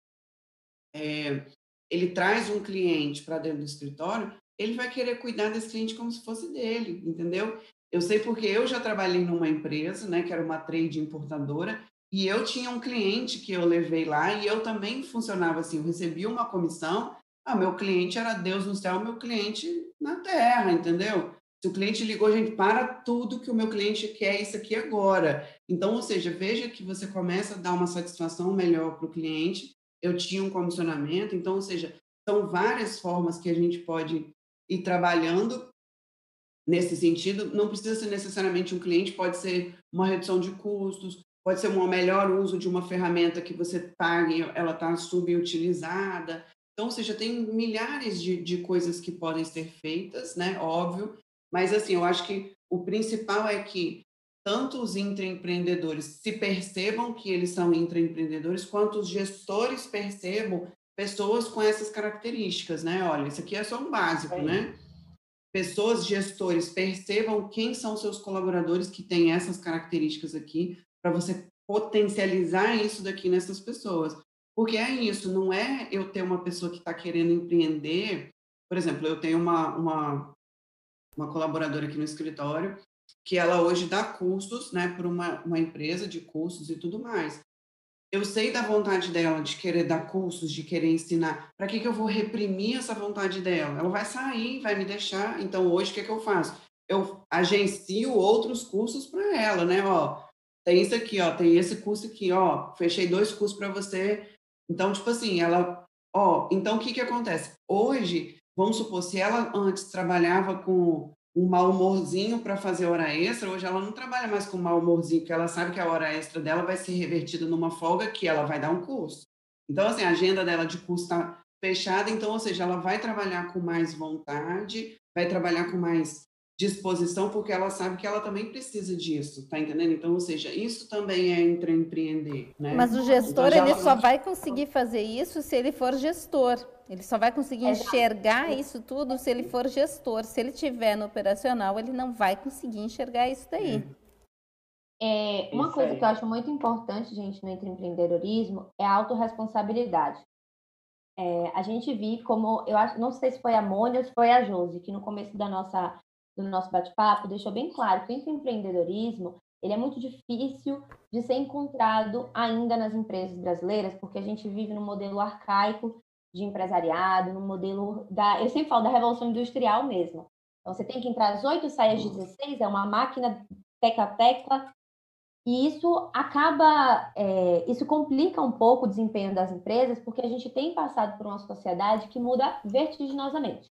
S5: é, ele traz um cliente para dentro do escritório, ele vai querer cuidar desse cliente como se fosse dele, entendeu? Eu sei porque eu já trabalhei numa empresa, né, que era uma trade importadora, e eu tinha um cliente que eu levei lá e eu também funcionava assim, eu recebia uma comissão, ah, meu cliente era Deus no céu, meu cliente na terra, entendeu? Se o cliente ligou, gente, para tudo que o meu cliente quer isso aqui agora. Então, ou seja, veja que você começa a dar uma satisfação melhor para o cliente. Eu tinha um comissionamento, então, ou seja, são várias formas que a gente pode ir trabalhando nesse sentido. Não precisa ser necessariamente um cliente, pode ser uma redução de custos, pode ser um melhor uso de uma ferramenta que você pague, ela está subutilizada. Então, ou seja, tem milhares de, de coisas que podem ser feitas, né? Óbvio, mas assim, eu acho que o principal é que tanto os intraempreendedores se percebam que eles são intraempreendedores, quanto os gestores percebam pessoas com essas características, né? Olha, isso aqui é só um básico, né? Pessoas, gestores, percebam quem são seus colaboradores que têm essas características aqui, para você potencializar isso daqui nessas pessoas. Porque é isso, não é eu ter uma pessoa que está querendo empreender. Por exemplo, eu tenho uma, uma, uma colaboradora aqui no escritório que ela hoje dá cursos, né, para uma, uma empresa de cursos e tudo mais. Eu sei da vontade dela de querer dar cursos, de querer ensinar. Para que que eu vou reprimir essa vontade dela? Ela vai sair, vai me deixar. Então, hoje, o que que eu faço? Eu agencio outros cursos para ela, né? Ó, tem isso aqui, ó, tem esse curso aqui, ó, fechei dois cursos para você. Então, tipo assim, ela, ó, então o que que acontece? Hoje, vamos supor, se ela antes trabalhava com um mau humorzinho para fazer hora extra, hoje ela não trabalha mais com mau humorzinho, porque ela sabe que a hora extra dela vai ser revertida numa folga que ela vai dar um curso. Então, assim, a agenda dela de curso está fechada, então, ou seja, ela vai trabalhar com mais vontade, vai trabalhar com mais disposição, porque ela sabe que ela também precisa disso, tá entendendo? Então, ou seja, isso também é intraempreender, né?
S1: Mas o
S5: Então,
S1: gestor,
S5: já
S1: ele só vai conseguir fazer isso se ele for gestor. Ele só vai conseguir enxergar isso tudo se ele for gestor. Se ele tiver no operacional, ele não vai conseguir enxergar isso daí.
S3: É, uma
S4: Isso
S3: coisa
S4: aí.
S3: que eu acho muito importante, gente, no empreendedorismo é a autorresponsabilidade. É, a gente vive como, eu acho, não sei se foi a Mônia ou se foi a Josi, que no começo da nossa, do nosso bate-papo deixou bem claro que o empreendedorismo, ele é muito difícil de ser encontrado ainda nas empresas brasileiras, porque a gente vive num modelo arcaico de empresariado, no modelo da, eu sempre falo da revolução industrial mesmo. Então, você tem que entrar às oito, sair às dezesseis, é uma máquina tecla-tecla, e isso acaba, é, isso complica um pouco o desempenho das empresas, porque a gente tem passado por uma sociedade que muda vertiginosamente.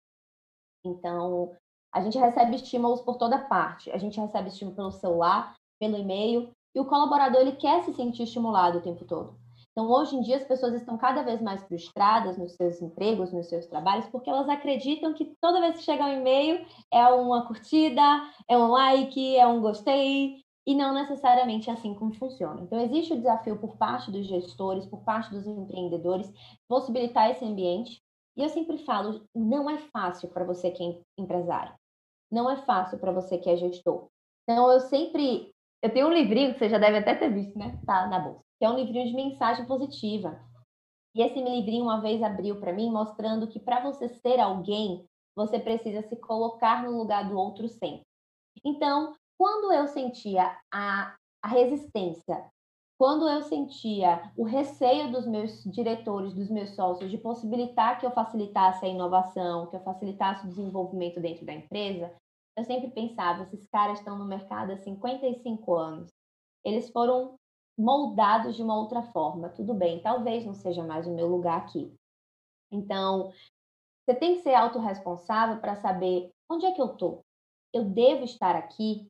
S3: Então, a gente recebe estímulos por toda parte. A gente recebe estímulo pelo celular, pelo e-mail, e o colaborador ele quer se sentir estimulado o tempo todo. Então, hoje em dia, as pessoas estão cada vez mais frustradas nos seus empregos, nos seus trabalhos, porque elas acreditam que toda vez que chega um e-mail é uma curtida, é um like, é um gostei, e não necessariamente é assim como funciona. Então, existe o desafio por parte dos gestores, por parte dos empreendedores, possibilitar esse ambiente. E eu sempre falo, não é fácil para você que é empresário. Não é fácil para você que é gestor. Então, eu sempre... Eu tenho um livrinho que você já deve até ter visto, né? Tá na bolsa. Que é um livrinho de mensagem positiva. E esse livrinho uma vez abriu para mim, mostrando que para você ser alguém, você precisa se colocar no lugar do outro sempre. Então, quando eu sentia a, a resistência, quando eu sentia o receio dos meus diretores, dos meus sócios, de possibilitar que eu facilitasse a inovação, que eu facilitasse o desenvolvimento dentro da empresa, eu sempre pensava, esses caras estão no mercado há cinquenta e cinco anos, eles foram moldados de uma outra forma, tudo bem, talvez não seja mais o meu lugar aqui. Então, você tem que ser autorresponsável para saber onde é que eu estou. Eu devo estar aqui?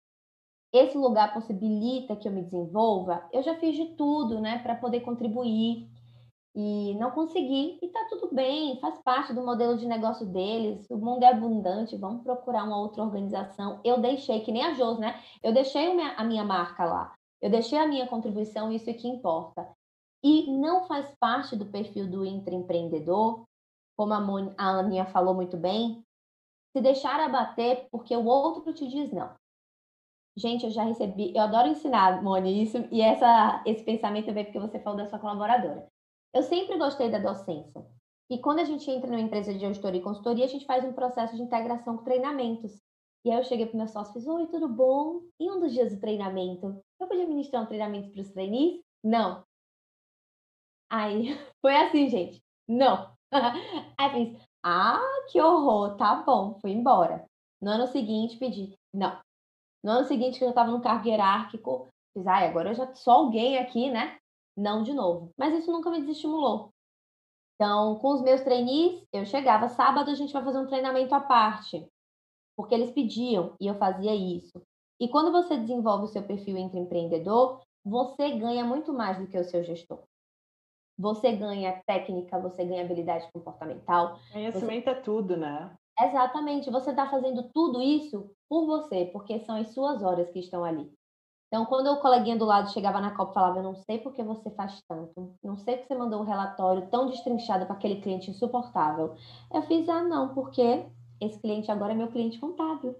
S3: Esse lugar possibilita que eu me desenvolva? Eu já fiz de tudo, né, para poder contribuir e não consegui, e tá tudo bem, faz parte do modelo de negócio deles, o mundo é abundante, vamos procurar uma outra organização. Eu deixei, que nem a Jos, né? Eu deixei a minha marca lá, eu deixei a minha contribuição, isso é que importa. E não faz parte do perfil do intraempreendedor, como a, Mon, a Aninha falou muito bem, se deixar abater porque o outro te diz não. Gente, eu já recebi, eu adoro ensinar, Moni, isso, e essa, esse pensamento veio porque você falou da sua colaboradora. Eu sempre gostei da docência. E quando a gente entra numa empresa de auditoria e consultoria, a gente faz um processo de integração com treinamentos. E aí eu cheguei para o meu sócio e fiz, oi, tudo bom? E um dos dias do treinamento, eu podia ministrar um treinamento para os trainees? Não. Aí, foi assim, gente. Não. Aí eu fiz, ah, que horror, tá bom, fui embora. No ano seguinte, pedi, não. No ano seguinte, que eu estava no cargo hierárquico, fiz, ah, agora eu já sou alguém aqui, né? Não de novo. Mas isso nunca me desestimulou. Então, com os meus trainees, eu chegava, sábado a gente vai fazer um treinamento à parte, porque eles pediam e eu fazia isso. E quando você desenvolve o seu perfil entre empreendedor, você ganha muito mais do que o seu gestor. você ganha técnica, você ganha habilidade comportamental.
S4: Conhecimento você... é tudo, né?
S3: Exatamente, você está fazendo tudo isso por você, porque são as suas horas que estão ali. Então, quando o coleguinha do lado chegava na Copa e falava, eu não sei por que você faz tanto, não sei porque você mandou um relatório tão destrinchado para aquele cliente insuportável. Eu fiz, ah, não, porque esse cliente agora é meu cliente contábil,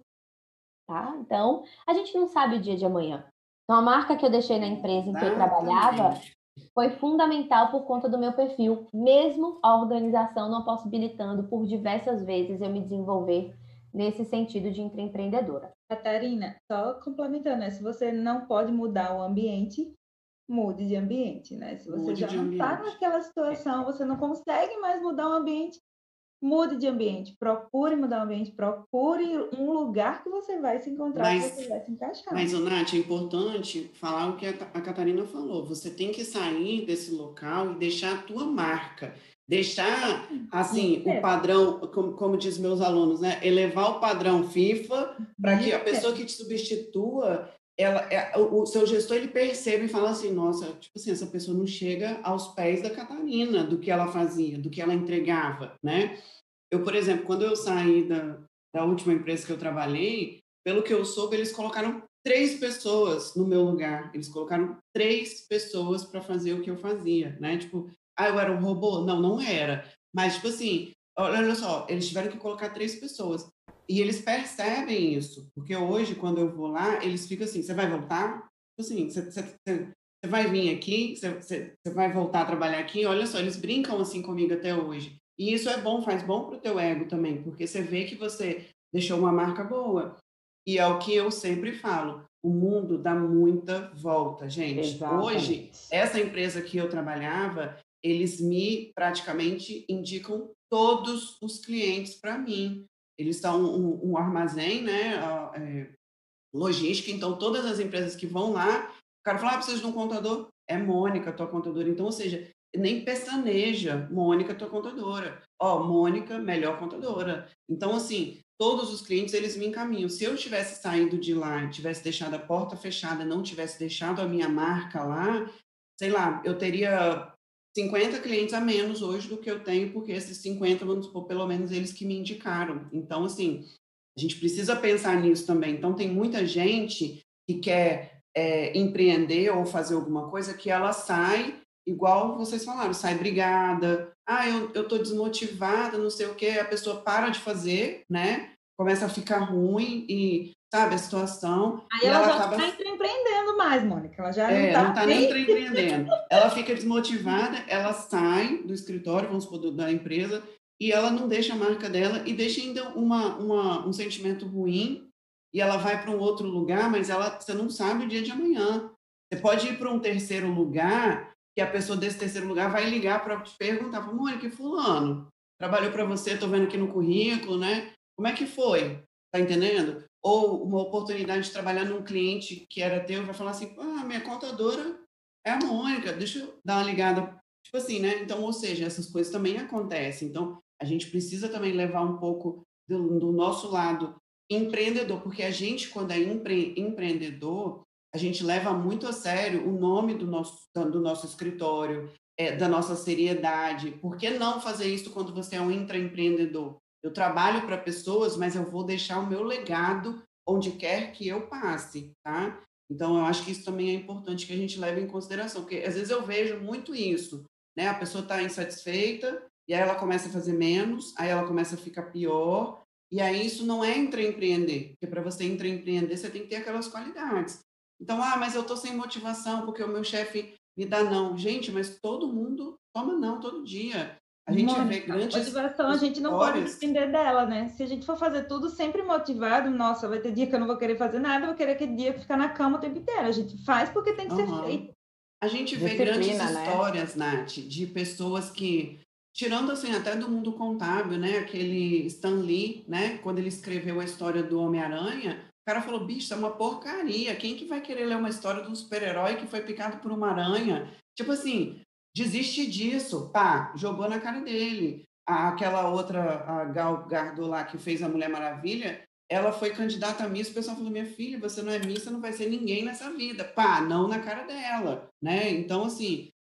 S3: tá? Então, a gente não sabe o dia de amanhã. Então, a marca que eu deixei na empresa em que eu trabalhava foi fundamental por conta do meu perfil, mesmo a organização não possibilitando por diversas vezes eu me desenvolver nesse sentido de intraempreendedora.
S2: Catarina, só complementando, né? Se você não pode mudar o ambiente, mude de ambiente, né? Se você
S5: Mude
S2: já não está naquela situação, você não consegue mais mudar o ambiente, mude de ambiente. Procure mudar o ambiente, procure um lugar que você vai se encontrar,
S5: mas,
S2: que você vai se encaixar.
S5: Mas, Nath, é importante falar o que a Catarina falou. Você tem que sair desse local e deixar a tua marca. Deixar, assim, o padrão, como, como diz meus alunos, né? Elevar o padrão FIFA para que a pessoa que te substitua, ela, é, o, o seu gestor, ele perceba e fala assim, nossa, tipo assim, essa pessoa não chega aos pés da Catarina, do que ela fazia, do que ela entregava, né? Eu, por exemplo, quando eu saí da, da última empresa que eu trabalhei, pelo que eu soube, eles colocaram três pessoas no meu lugar. Eles colocaram três pessoas para fazer o que eu fazia, né? Tipo, ah, eu era um robô? Não, não era. Mas, tipo assim, olha só, eles tiveram que colocar três pessoas. E eles percebem isso, porque hoje, quando eu vou lá, eles ficam assim, você vai voltar? Tipo assim, você, você, você vai vir aqui? Você, você, você vai voltar a trabalhar aqui? Olha só, eles brincam assim comigo até hoje. E isso é bom, faz bom para o teu ego também, porque você vê que você deixou uma marca boa. E é o que eu sempre falo, o mundo dá muita volta, gente. Exatamente. Hoje, essa empresa que eu trabalhava, eles me praticamente indicam todos os clientes para mim. Eles são um, um armazém, né, é, logística, então todas as empresas que vão lá, o cara fala, ah, precisa de um contador? É Mônica, tua contadora. Então, ou seja, nem pestaneja, Mônica, tua contadora. Ó, Mônica, melhor contadora. Então, assim, todos os clientes, eles me encaminham. Se eu tivesse saído de lá, tivesse deixado a porta fechada, não tivesse deixado a minha marca lá, sei lá, eu teria cinquenta clientes a menos hoje do que eu tenho, porque esses cinquenta, vamos supor, pelo menos eles que me indicaram. Então, assim, a gente precisa pensar nisso também. Então, tem muita gente que quer é, empreender ou fazer alguma coisa que ela sai, igual vocês falaram, sai brigada. Ah, eu estou desmotivada, não sei o quê. A pessoa para de fazer, né? Começa a ficar ruim e, sabe, a situação.
S2: Aí ela, ela já acaba... não está empreendendo mais, Mônica. Ela já
S5: é,
S2: não
S5: está nem empreendendo. Ela fica desmotivada, ela sai do escritório, vamos supor, da empresa, e ela não deixa a marca dela e deixa ainda uma, uma, um sentimento ruim e ela vai para um outro lugar, mas ela, você não sabe o dia de amanhã. Você pode ir para um terceiro lugar que a pessoa desse terceiro lugar vai ligar para te perguntar, Mônica, fulano, trabalhou para você, estou vendo aqui no currículo, né? Como é que foi? Tá entendendo? Ou uma oportunidade de trabalhar num cliente que era teu, vai falar assim, ah, minha contadora é a Mônica, deixa eu dar uma ligada. Tipo assim, né? Então, ou seja, essas coisas também acontecem. Então, a gente precisa também levar um pouco do, do nosso lado empreendedor, porque a gente, quando é empre, empreendedor, a gente leva muito a sério o nome do nosso, do nosso escritório, é, da nossa seriedade. Por que não fazer isso quando você é um intraempreendedor? Eu trabalho para pessoas, mas eu vou deixar o meu legado onde quer que eu passe, tá? Então, eu acho que isso também é importante que a gente leve em consideração, porque às vezes eu vejo muito isso, né? A pessoa está insatisfeita, e aí ela começa a fazer menos, aí ela começa a ficar pior, e aí isso não é intraempreender, porque para você intraempreender, você tem que ter aquelas qualidades. Então, ah, mas eu estou sem motivação porque o meu chefe me dá não. Gente, mas todo mundo toma não todo dia. A gente
S2: Mônica,
S5: vê grandes
S2: motivação a gente não pode depender dela, né? Se a gente for fazer tudo sempre motivado, nossa, vai ter dia que eu não vou querer fazer nada, vou querer aquele dia ficar na cama o tempo inteiro. A gente faz porque tem que uhum. ser feito.
S5: A gente vê
S4: Disciplina,
S5: grandes
S4: né?
S5: histórias, Nath, de pessoas que, tirando assim até do mundo contábil, né? Aquele Stan Lee, né? Quando ele escreveu a história do Homem-Aranha, o cara falou, bicho, isso é uma porcaria. Quem que vai querer ler uma história de um super-herói que foi picado por uma aranha? Tipo assim, desiste disso. Pá, jogou na cara dele. Aquela outra, a Gal Gadot lá, que fez a Mulher Maravilha, ela foi candidata a Miss, o pessoal falou, minha filha, você não é Miss, você não vai ser ninguém nessa vida. Pá, não na cara dela, né? Então, assim,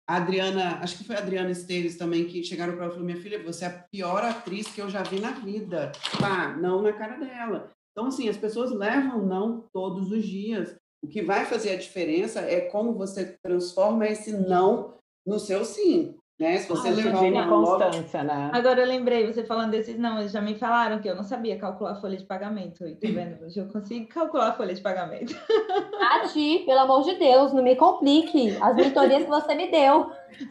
S5: A Adriana, acho que foi a Adriana Esteves também, que chegaram para ela e falaram, minha filha, você é a pior atriz que eu já vi na vida. Pá, não na cara dela. Então, assim, as pessoas levam não todos os dias. O que vai fazer a diferença é como você transforma esse não no seu sim. Né? Se você
S4: Ah,
S5: levar
S4: disciplina
S5: um
S4: e
S5: não logo...
S4: constância, né?
S2: Agora eu lembrei, você falando desses não, eles já me falaram que eu não sabia calcular a folha de pagamento. E tá vendo? Hoje eu consigo calcular a folha de pagamento.
S3: Tati, pelo amor de Deus, não me complique as mentorias que você me deu.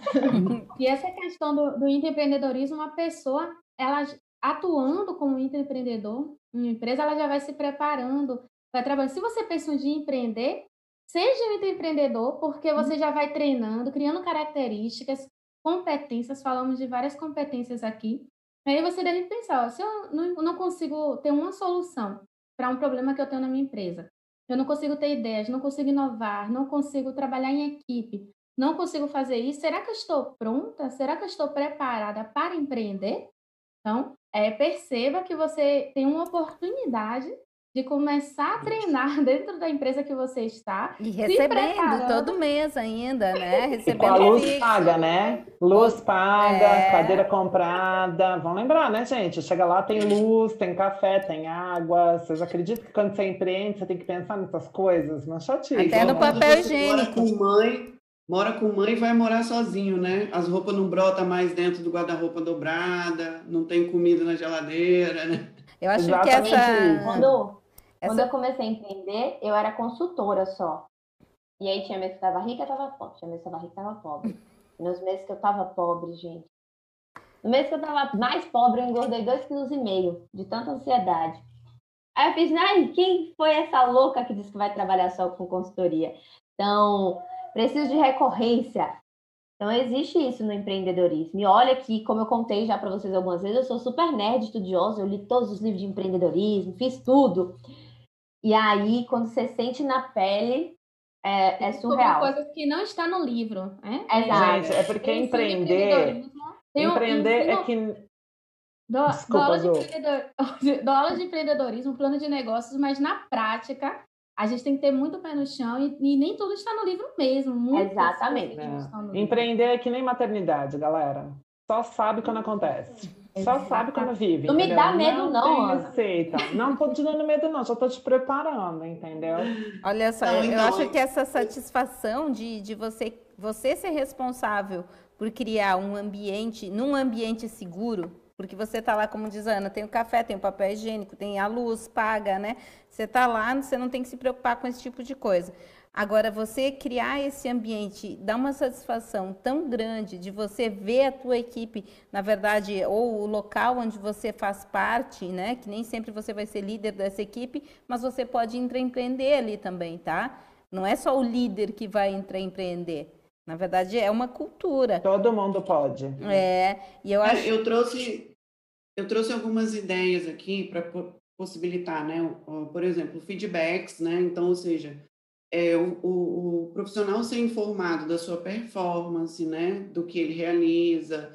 S6: E essa questão do, do intraempreendedorismo, uma pessoa, ela atuando como intraempreendedor em uma empresa, ela já vai se preparando para trabalhar. Se você pensa um dia em empreender, seja um intraempreendedor, porque você já vai treinando, criando características, competências, falamos de várias competências aqui. Aí você deve pensar, ó, se eu não, não consigo ter uma solução para um problema que eu tenho na minha empresa, eu não consigo ter ideias, não consigo inovar, não consigo trabalhar em equipe, não consigo fazer isso, será que eu estou pronta? Será que eu estou preparada para empreender? Então, é, perceba que você tem uma oportunidade de começar a treinar dentro da empresa que você está.
S1: E recebendo
S6: preparando.
S1: todo mês ainda, né?
S4: E com
S1: Recebendo
S4: a luz
S1: fixo.
S4: paga, né? Luz paga,
S1: É.
S4: cadeira comprada. Vão lembrar, né, gente? Chega lá, tem luz, tem café, tem água. Vocês acreditam que quando você empreende, você tem que pensar nessas coisas? Não chatice.
S1: Até no
S4: né?
S1: papel
S5: Mora
S1: higiênico.
S5: com mãe, mora com mãe e vai morar sozinho, né? As roupas não brotam mais dentro do guarda-roupa dobrada, não tem comida na geladeira, né?
S1: Eu acho
S4: Exatamente
S1: que essa...
S4: isso.
S3: Quando,
S1: Essa-
S3: quando eu comecei a empreender, eu era consultora só. E aí tinha mês que eu tava rica, eu tava pobre. Tinha mês que eu tava rica, eu tava pobre. E nos meses que eu tava pobre, gente. No mês que eu tava mais pobre, eu engordei dois vírgula cinco quilos de tanta ansiedade. Aí eu fiz, ai, quem foi essa louca que disse que vai trabalhar só com consultoria? Então, preciso de recorrência. Então, existe isso no empreendedorismo. E olha que, como eu contei já para vocês algumas vezes, eu sou super nerd, estudiosa, eu li todos os livros de empreendedorismo, fiz tudo. E aí, quando você sente na pele, é, é surreal.
S6: Sobre coisas que não está no livro, né?
S3: Exato.
S4: Gente, é porque
S6: Tem ensino de
S4: empreender...
S6: empreendedorismo, tem um
S4: Empreender é
S6: ensino-
S4: que...
S6: Dou,
S4: Desculpa,
S6: dou, aula de
S4: Zô.
S6: empreendedor, dou aula de empreendedorismo, plano de negócios, mas na prática a gente tem que ter muito pé no chão e, e nem tudo está no livro mesmo. Muitas
S3: Exatamente.
S6: coisas não estão no
S4: É.
S6: livro.
S4: Empreender é que nem maternidade, galera. Só sabe quando acontece. Só sabe quando vive.
S3: Não me
S4: entendeu?
S3: dá medo não,
S4: tem
S3: Ana.
S4: receita. Não tô te dando medo, não. Só tô te preparando, entendeu?
S1: Olha só,
S5: Não,
S1: eu, eu
S5: então,
S1: acho
S5: é-
S1: que essa satisfação de, de você, você ser responsável por criar um ambiente, num ambiente seguro, porque você está lá, como diz a Ana, tem o café, tem o papel higiênico, tem a luz, paga, né? Você está lá, você não tem que se preocupar com esse tipo de coisa. Agora, você criar esse ambiente, dá uma satisfação tão grande de você ver a tua equipe, na verdade, ou o local onde você faz parte, né? Que nem sempre você vai ser líder dessa equipe, mas você pode empreender ali também, tá? Não é só o líder que vai empreender. Na verdade, é uma cultura.
S4: Todo mundo pode.
S1: É, e eu
S5: É,
S1: acho...
S5: eu trouxe, eu trouxe algumas ideias aqui para possibilitar, né? o- o- Por exemplo, feedbacks, né? Então, ou seja, é, o, o- o profissional ser informado da sua performance, né? Do que ele realiza,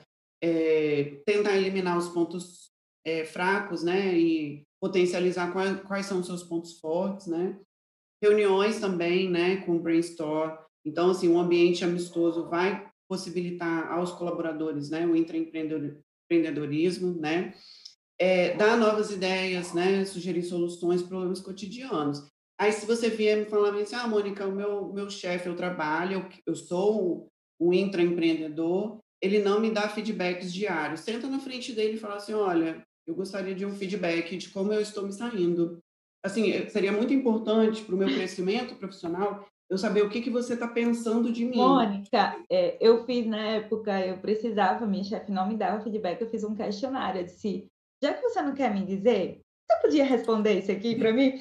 S5: é, tentar eliminar os pontos é, fracos, né? E potencializar quais, quais são os seus pontos fortes, né? Reuniões também, né? Com brainstorm. Então, assim, um ambiente amistoso vai possibilitar aos colaboradores, né? O intraempreendedorismo, né? É, dar novas ideias, né? Sugerir soluções para problemas cotidianos. Aí, se você vier me falar assim, ah, Mônica, o meu, meu chefe, eu trabalho, eu, eu sou um intraempreendedor, ele não me dá feedbacks diários. Senta na frente dele e fala assim, olha, eu gostaria de um feedback de como eu estou me saindo. Assim, seria muito importante para o meu crescimento profissional eu saber o que, que você está pensando de mim.
S2: Mônica, é, eu fiz na época, eu precisava, minha chefe não me dava feedback, eu fiz um questionário, eu disse, já que você não quer me dizer, você podia responder isso aqui para mim?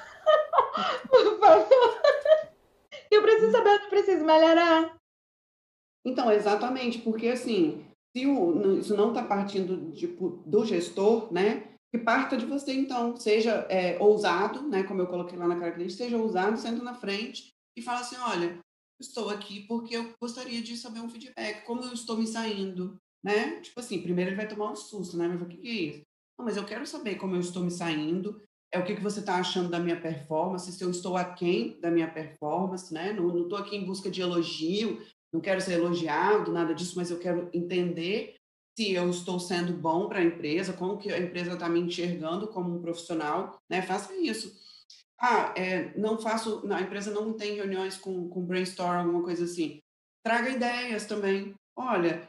S2: Por favor. Eu preciso saber onde eu preciso melhorar.
S5: Então, exatamente, porque assim, se o, isso não está partindo tipo, do gestor, né? Que parta de você, então, seja é, ousado, né? Como eu coloquei lá na característica, seja ousado, senta na frente e fala assim, olha, estou aqui porque eu gostaria de saber um feedback, como eu estou me saindo, né? Tipo assim, primeiro ele vai tomar um susto, né? Mas o que, que é isso? Não, mas eu quero saber como eu estou me saindo, é o que, que você está achando da minha performance, se eu estou aquém da minha performance, né? Não estou aqui em busca de elogio, não quero ser elogiado, nada disso, mas eu quero entender se eu estou sendo bom para a empresa, como que a empresa está me enxergando como um profissional, né? Faça isso. Ah, é, não faço, a empresa não tem reuniões com, com brainstorm, alguma coisa assim. Traga ideias também. Olha,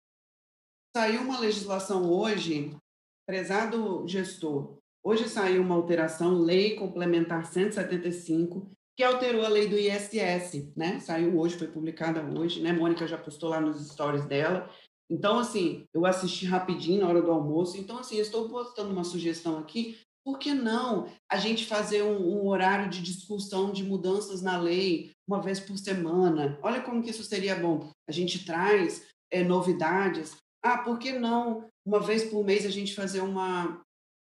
S5: saiu uma legislação hoje, prezado gestor, hoje saiu uma alteração, Lei Complementar cento e setenta e cinco, que alterou a lei do I S S, né? Saiu hoje, foi publicada hoje, né? Mônica já postou lá nos stories dela. Então, assim, eu assisti rapidinho na hora do almoço. Então, assim, eu estou postando uma sugestão aqui. Por que não a gente fazer um, um horário de discussão de mudanças na lei uma vez por semana? Olha como que isso seria bom. A gente traz é, novidades. Ah, por que não uma vez por mês a gente fazer uma,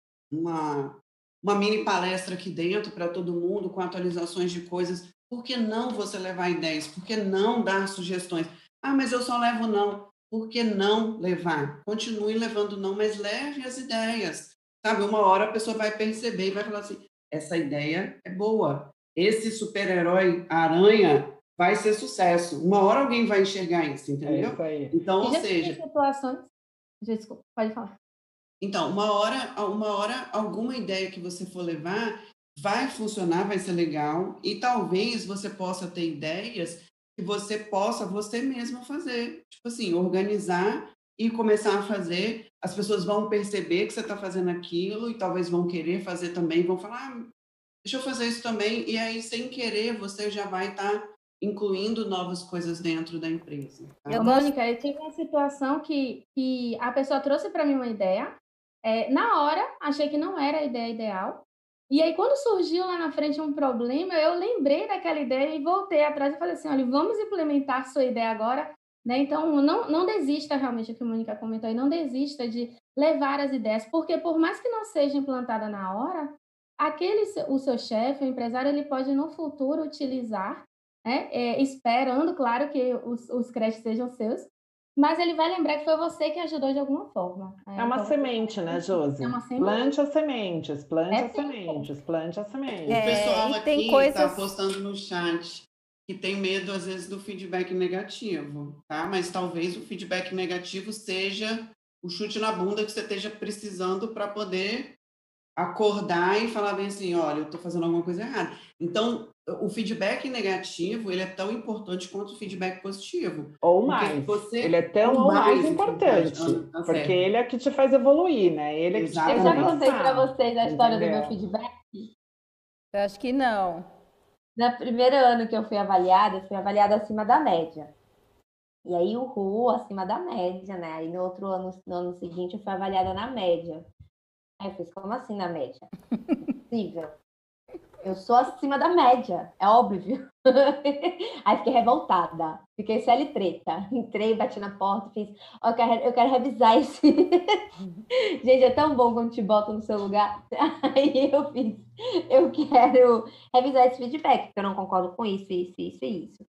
S5: uma, uma mini palestra aqui dentro para todo mundo com atualizações de coisas? Por que não você levar ideias? Por que não dar sugestões? Ah, mas eu só levo não. Por que não levar? Continue levando não, mas leve as ideias. Sabe, uma hora a pessoa vai perceber e vai falar assim, essa ideia é boa. Esse super-herói aranha vai ser sucesso. Uma hora alguém vai enxergar isso, entendeu?
S4: É isso aí.
S5: Então,
S6: E
S5: ou
S6: já
S5: seja...
S6: tem situações... Desculpa, pode falar.
S5: Então, uma hora, uma hora, alguma ideia que você for levar vai funcionar, vai ser legal, e talvez você possa ter ideias que você possa você mesmo fazer. Tipo assim, organizar e começar a fazer. As pessoas vão perceber que você está fazendo aquilo e talvez vão querer fazer também, vão falar, ah, deixa eu fazer isso também, e aí, sem querer, você já vai estar tá incluindo novas coisas dentro da empresa. Tá?
S6: Eu, Mônica, eu tive uma situação que, que a pessoa trouxe para mim uma ideia, é, na hora, achei que não era a ideia ideal, e aí quando surgiu lá na frente um problema, eu lembrei daquela ideia e voltei atrás e falei assim, olha, vamos implementar sua ideia agora, né? Então, não, não desista realmente, o que a Mônica comentou aí, não desista de levar as ideias, porque por mais que não seja implantada na hora, aquele, o seu chefe, o empresário, ele pode no futuro utilizar, né? É, esperando, claro, que os, os créditos sejam seus, mas ele vai lembrar que foi você que ajudou de alguma forma.
S4: É, é uma então, semente, né, Josi? É uma semente. Plante as sementes, plante é as sementes, plante as sementes.
S5: O pessoal
S1: é,
S5: aqui está
S1: coisas...
S5: postando no chat que tem medo, às vezes, do feedback negativo, tá? Mas talvez o feedback negativo seja o chute na bunda que você esteja precisando para poder acordar e falar bem assim, olha, eu estou fazendo alguma coisa errada. Então, o feedback negativo, ele é tão importante quanto o feedback positivo.
S4: Ou mais. Você... Ele é tão ou mais, mais importante, importante ah, tá porque certo. Ele é que te faz evoluir, né? Ele é que te faz
S3: Eu já contei para vocês a história Entendeu? do meu feedback.
S1: Eu acho que não.
S3: No primeiro ano que eu fui avaliada, eu fui avaliada acima da média. E aí, o R U acima da média, né? Aí, no outro ano, no ano seguinte, eu fui avaliada na média. Aí eu fiz, como assim na média? Impossível. Eu sou acima da média, é óbvio. Aí fiquei revoltada, fiquei cele treta. Entrei, bati na porta, fiz, oh, eu, quero, eu quero revisar esse... Gente, é tão bom quando te botam no seu lugar. Aí eu fiz, eu quero revisar esse feedback, porque eu não concordo com isso, isso, isso e isso.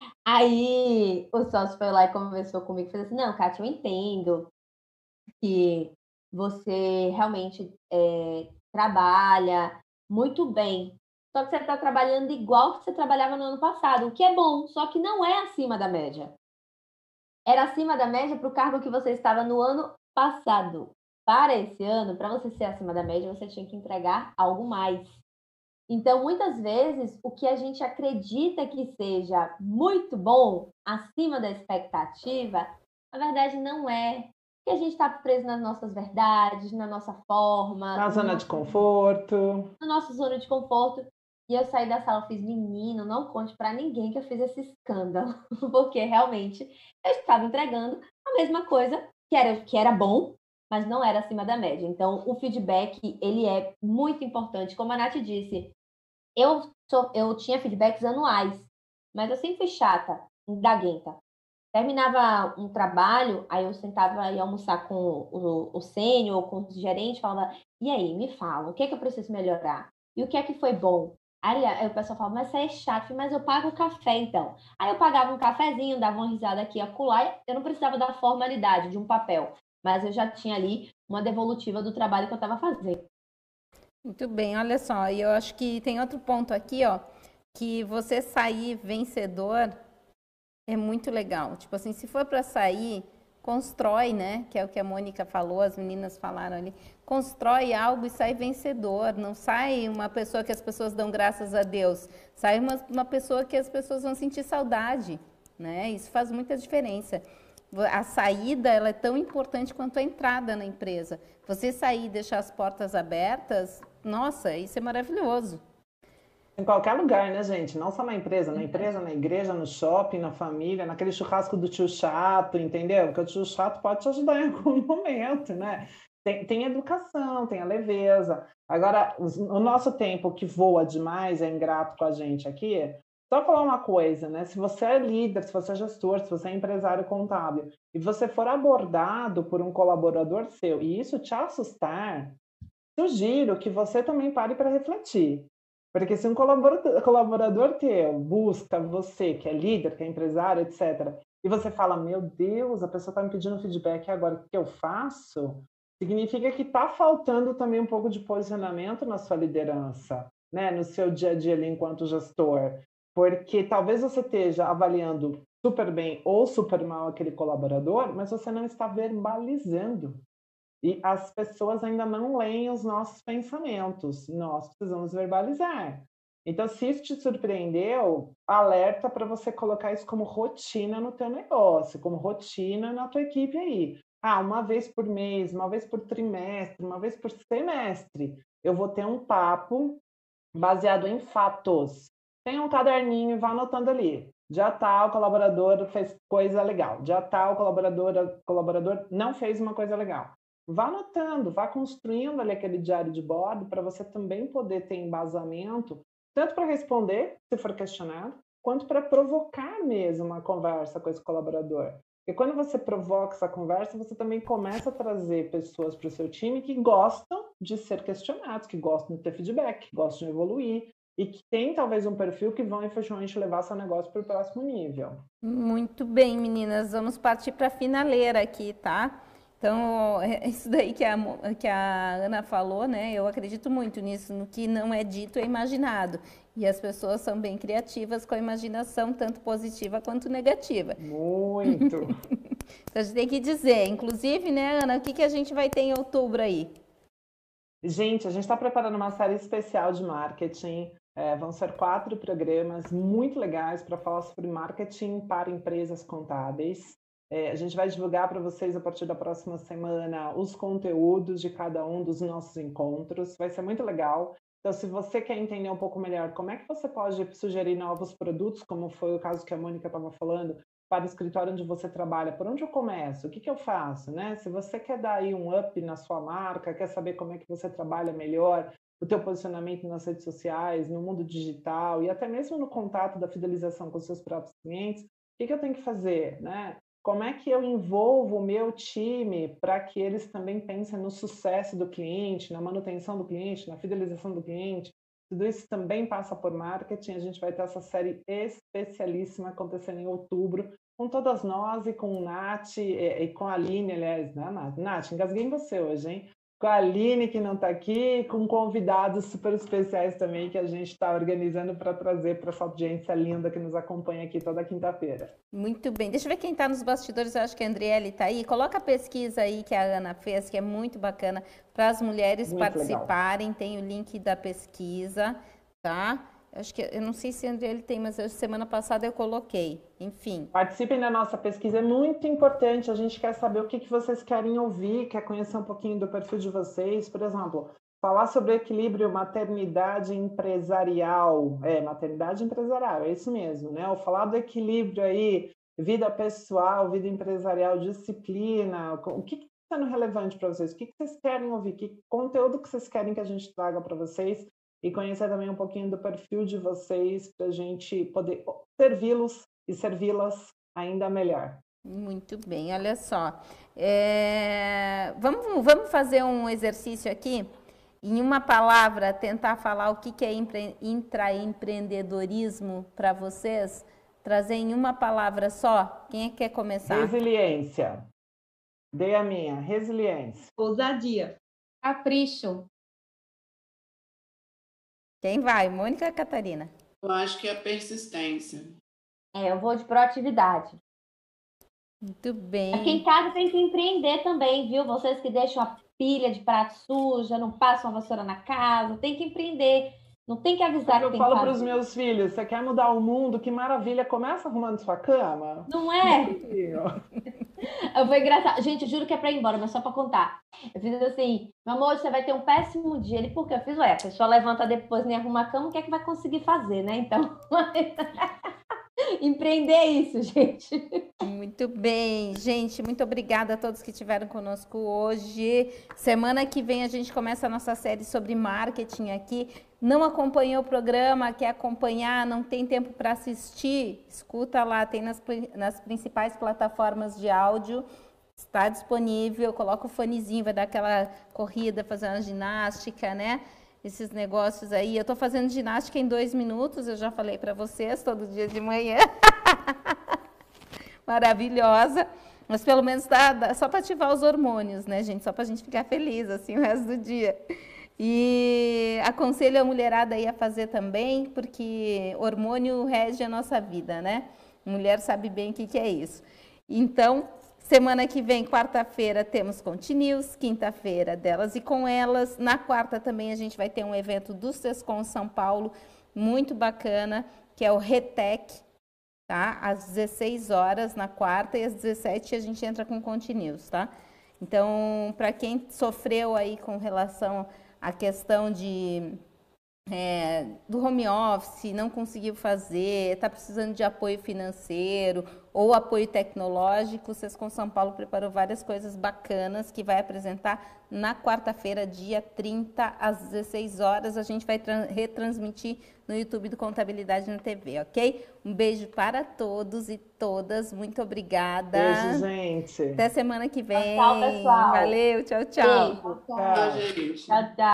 S3: Aí o sócio foi lá e conversou comigo e falou assim, não, Kátia, eu entendo que você realmente é, trabalha muito bem, só que você está trabalhando igual que você trabalhava no ano passado, o que é bom, só que não é acima da média. Era acima da média para o cargo que você estava no ano passado. Para esse ano, para você ser acima da média, você tinha que entregar algo mais. Então, muitas vezes, o que a gente acredita que seja muito bom, acima da expectativa, na verdade não é. Porque a gente está preso nas nossas verdades, na nossa forma.
S4: Na zona nosso, de conforto.
S3: Na nossa zona de conforto. E eu saí da sala, fiz, menino, não conte para ninguém que eu fiz esse escândalo. Porque realmente eu estava entregando a mesma coisa, que era, que era bom, mas não era acima da média. Então, o feedback, ele é muito importante. Como a Nath disse, eu, sou, eu tinha feedbacks anuais, mas eu sempre fui chata, indaguenta. Terminava um trabalho, aí eu sentava e ia almoçar com o, o sênior, com o gerente, falava, e aí, me fala, o que é que eu preciso melhorar? E o que é que foi bom? Aí, aí o pessoal falava, mas isso é chato, mas eu pago o café, então. Aí eu pagava um cafezinho, dava uma risada aqui, acolá, eu não precisava da formalidade de um papel, mas eu já tinha ali uma devolutiva do trabalho que eu estava fazendo.
S1: Muito bem, olha só, e eu acho que tem outro ponto aqui, ó, que você sair vencedor É muito legal. Tipo assim, se for para sair, constrói, né? Que é o que a Mônica falou, as meninas falaram ali. Constrói algo e sai vencedor. Não sai uma pessoa que as pessoas dão graças a Deus. Sai uma, uma pessoa que as pessoas vão sentir saudade, né? Isso faz muita diferença. A saída, ela é tão importante quanto a entrada na empresa. Você sair e deixar as portas abertas, nossa, isso é maravilhoso.
S4: Em qualquer lugar, né, gente? Não só na empresa, na empresa, na igreja, no shopping, na família, naquele churrasco do tio chato, entendeu? Porque o tio chato pode te ajudar em algum momento, né? Tem, tem educação, tem a leveza. Agora, o nosso tempo que voa demais é ingrato com a gente aqui. Só falar uma coisa, né? Se você é líder, se você é gestor, se você é empresário contábil e você for abordado por um colaborador seu e isso te assustar, sugiro que você também pare para refletir. Porque se um colaborador, colaborador teu busca você, que é líder, que é empresário, etcétera, e você fala, meu Deus, a pessoa está me pedindo feedback agora, o que eu faço? Significa que está faltando também um pouco de posicionamento na sua liderança, né? No seu dia a dia ali enquanto gestor. Porque talvez você esteja avaliando super bem ou super mal aquele colaborador, mas você não está verbalizando. E as pessoas ainda não leem os nossos pensamentos. Nós precisamos verbalizar. Então, se isso te surpreendeu, alerta para você colocar isso como rotina no teu negócio, como rotina na tua equipe aí. Ah, uma vez por mês, uma vez por trimestre, uma vez por semestre, eu vou ter um papo baseado em fatos. Tem um caderninho e vá anotando ali. Já tá, o colaborador fez coisa legal. Já tá, o colaborador, colaborador não fez uma coisa legal. Vá anotando, vá construindo ali aquele diário de bordo para você também poder ter embasamento, tanto para responder, se for questionado, quanto para provocar mesmo uma conversa com esse colaborador. E quando você provoca essa conversa, você também começa a trazer pessoas para o seu time que gostam de ser questionados, que gostam de ter feedback, que gostam de evoluir e que tem talvez um perfil que vão efetivamente levar seu negócio para o próximo nível.
S1: Muito bem, meninas, vamos partir para a finaleira aqui, tá? Então, isso daí que a, que a Ana falou, né? Eu acredito muito nisso, no que não é dito é imaginado. E as pessoas são bem criativas com a imaginação, tanto positiva quanto negativa.
S4: Muito!
S1: Então, a gente tem que dizer, inclusive, né, Ana, o que, que a gente vai ter em outubro aí?
S4: Gente, a gente está preparando uma série especial de marketing. É, vão ser quatro programas muito legais para falar sobre marketing para empresas contábeis. É, a gente vai divulgar para vocês a partir da próxima semana os conteúdos de cada um dos nossos encontros. Vai ser muito legal. Então, se você quer entender um pouco melhor como é que você pode sugerir novos produtos, como foi o caso que a Mônica estava falando, para o escritório onde você trabalha, por onde eu começo? O que, que eu faço? Né? Se você quer dar aí um up na sua marca, quer saber como é que você trabalha melhor, o teu posicionamento nas redes sociais, no mundo digital e até mesmo no contato da fidelização com seus próprios clientes, o que, que eu tenho que fazer? Né? Como é que eu envolvo o meu time para que eles também pensem no sucesso do cliente, na manutenção do cliente, na fidelização do cliente? Tudo isso também passa por marketing. A gente vai ter essa série especialíssima acontecendo em outubro, com todas nós e com o Nath e, e com a Aline, aliás, né, Nath? Nath, engasguei em você hoje, hein? Com a Aline, que não está aqui, com convidados super especiais também que a gente está organizando para trazer para essa audiência linda que nos acompanha aqui toda quinta-feira.
S1: Muito bem. Deixa eu ver quem está nos bastidores. Eu acho que a Andriele está aí. Coloca a pesquisa aí que a Ana fez, que é muito bacana, para as mulheres
S4: Muito
S1: participarem.
S4: legal.
S1: Tem o link da pesquisa, tá? Acho que, eu não sei se a Andriele tem, mas eu, semana passada eu coloquei. Enfim.
S4: Participem da nossa pesquisa, é muito importante. A gente quer saber o que, que vocês querem ouvir, quer conhecer um pouquinho do perfil de vocês. Por exemplo, falar sobre equilíbrio maternidade empresarial. É, maternidade empresarial, é isso mesmo, né? Ou falar do equilíbrio aí, vida pessoal, vida empresarial, disciplina. O que está sendo relevante para vocês? O que, que vocês querem ouvir? Que conteúdo que vocês querem que a gente traga para vocês? E conhecer também um pouquinho do perfil de vocês para a gente poder servi-los e servi-las ainda melhor.
S1: Muito bem, olha só. É, vamos, vamos fazer um exercício aqui? Em uma palavra, tentar falar o que, que é empre, intraempreendedorismo para vocês? Trazer em uma palavra só? Quem é que quer começar?
S4: Resiliência. Dei a minha. Resiliência.
S2: Ousadia.
S6: Capricho.
S1: Quem vai? Mônica ou Catarina?
S5: Eu acho que é a persistência.
S3: É, eu vou de proatividade.
S1: Muito bem.
S3: Aqui em casa tem que empreender também, viu? Vocês que deixam a pilha de prato suja, não passam a vassoura na casa, tem que empreender. Não tem que avisar que
S4: Eu
S3: tem
S4: falo
S3: que
S4: para os
S3: fazer.
S4: meus filhos, você quer mudar o mundo? Que maravilha, começa arrumando sua cama.
S3: Não é?
S4: Filho.
S3: Foi engraçado. Gente, eu juro que é pra ir embora, mas só pra contar. Eu fiz assim, meu amor, você vai ter um péssimo dia. Ele, por quê? Eu fiz, ué, a pessoa levanta depois, nem arruma a cama, o que é que vai conseguir fazer, né? Então, empreender é isso, gente.
S1: Muito bem, gente, muito obrigada a todos que estiveram conosco hoje. Semana que vem a gente começa a nossa série sobre marketing aqui. Não acompanhou o programa, quer acompanhar, não tem tempo para assistir? Escuta lá, tem nas, nas principais plataformas de áudio, está disponível, coloca o fonezinho, vai dar aquela corrida, fazer uma ginástica, né? Esses negócios aí. Eu estou fazendo ginástica em dois minutos, eu já falei para vocês, todo dia de manhã. Maravilhosa, mas pelo menos dá, dá só para ativar os hormônios, né, gente? Só para a gente ficar feliz, assim, o resto do dia. E aconselho a mulherada aí a fazer também, porque hormônio rege a nossa vida, né? Mulher sabe bem o que, que é isso. Então, semana que vem, quarta-feira, temos Continuous, quinta-feira, Delas e Com Elas. Na quarta também a gente vai ter um evento do Sescom São Paulo, muito bacana, que é o Retec, tá? Às dezesseis horas na quarta e às dezessete a gente entra com Continuous, tá? Então, para quem sofreu aí com relação à questão de, é, do home office, não conseguiu fazer, está precisando de apoio financeiro ou apoio tecnológico, o Sescom São Paulo preparou várias coisas bacanas que vai apresentar na quarta-feira, dia trinta, às dezesseis horas. A gente vai retransmitir no YouTube do Contabilidade na T V, ok? Um beijo para todos e todas. Muito obrigada.
S4: Beijo, gente.
S1: Até semana que vem.
S3: Tchau, pessoal.
S1: Valeu, tchau, tchau.
S3: Beijo.
S4: Tchau.
S5: Tchau, gente.
S3: Tchau, tchau.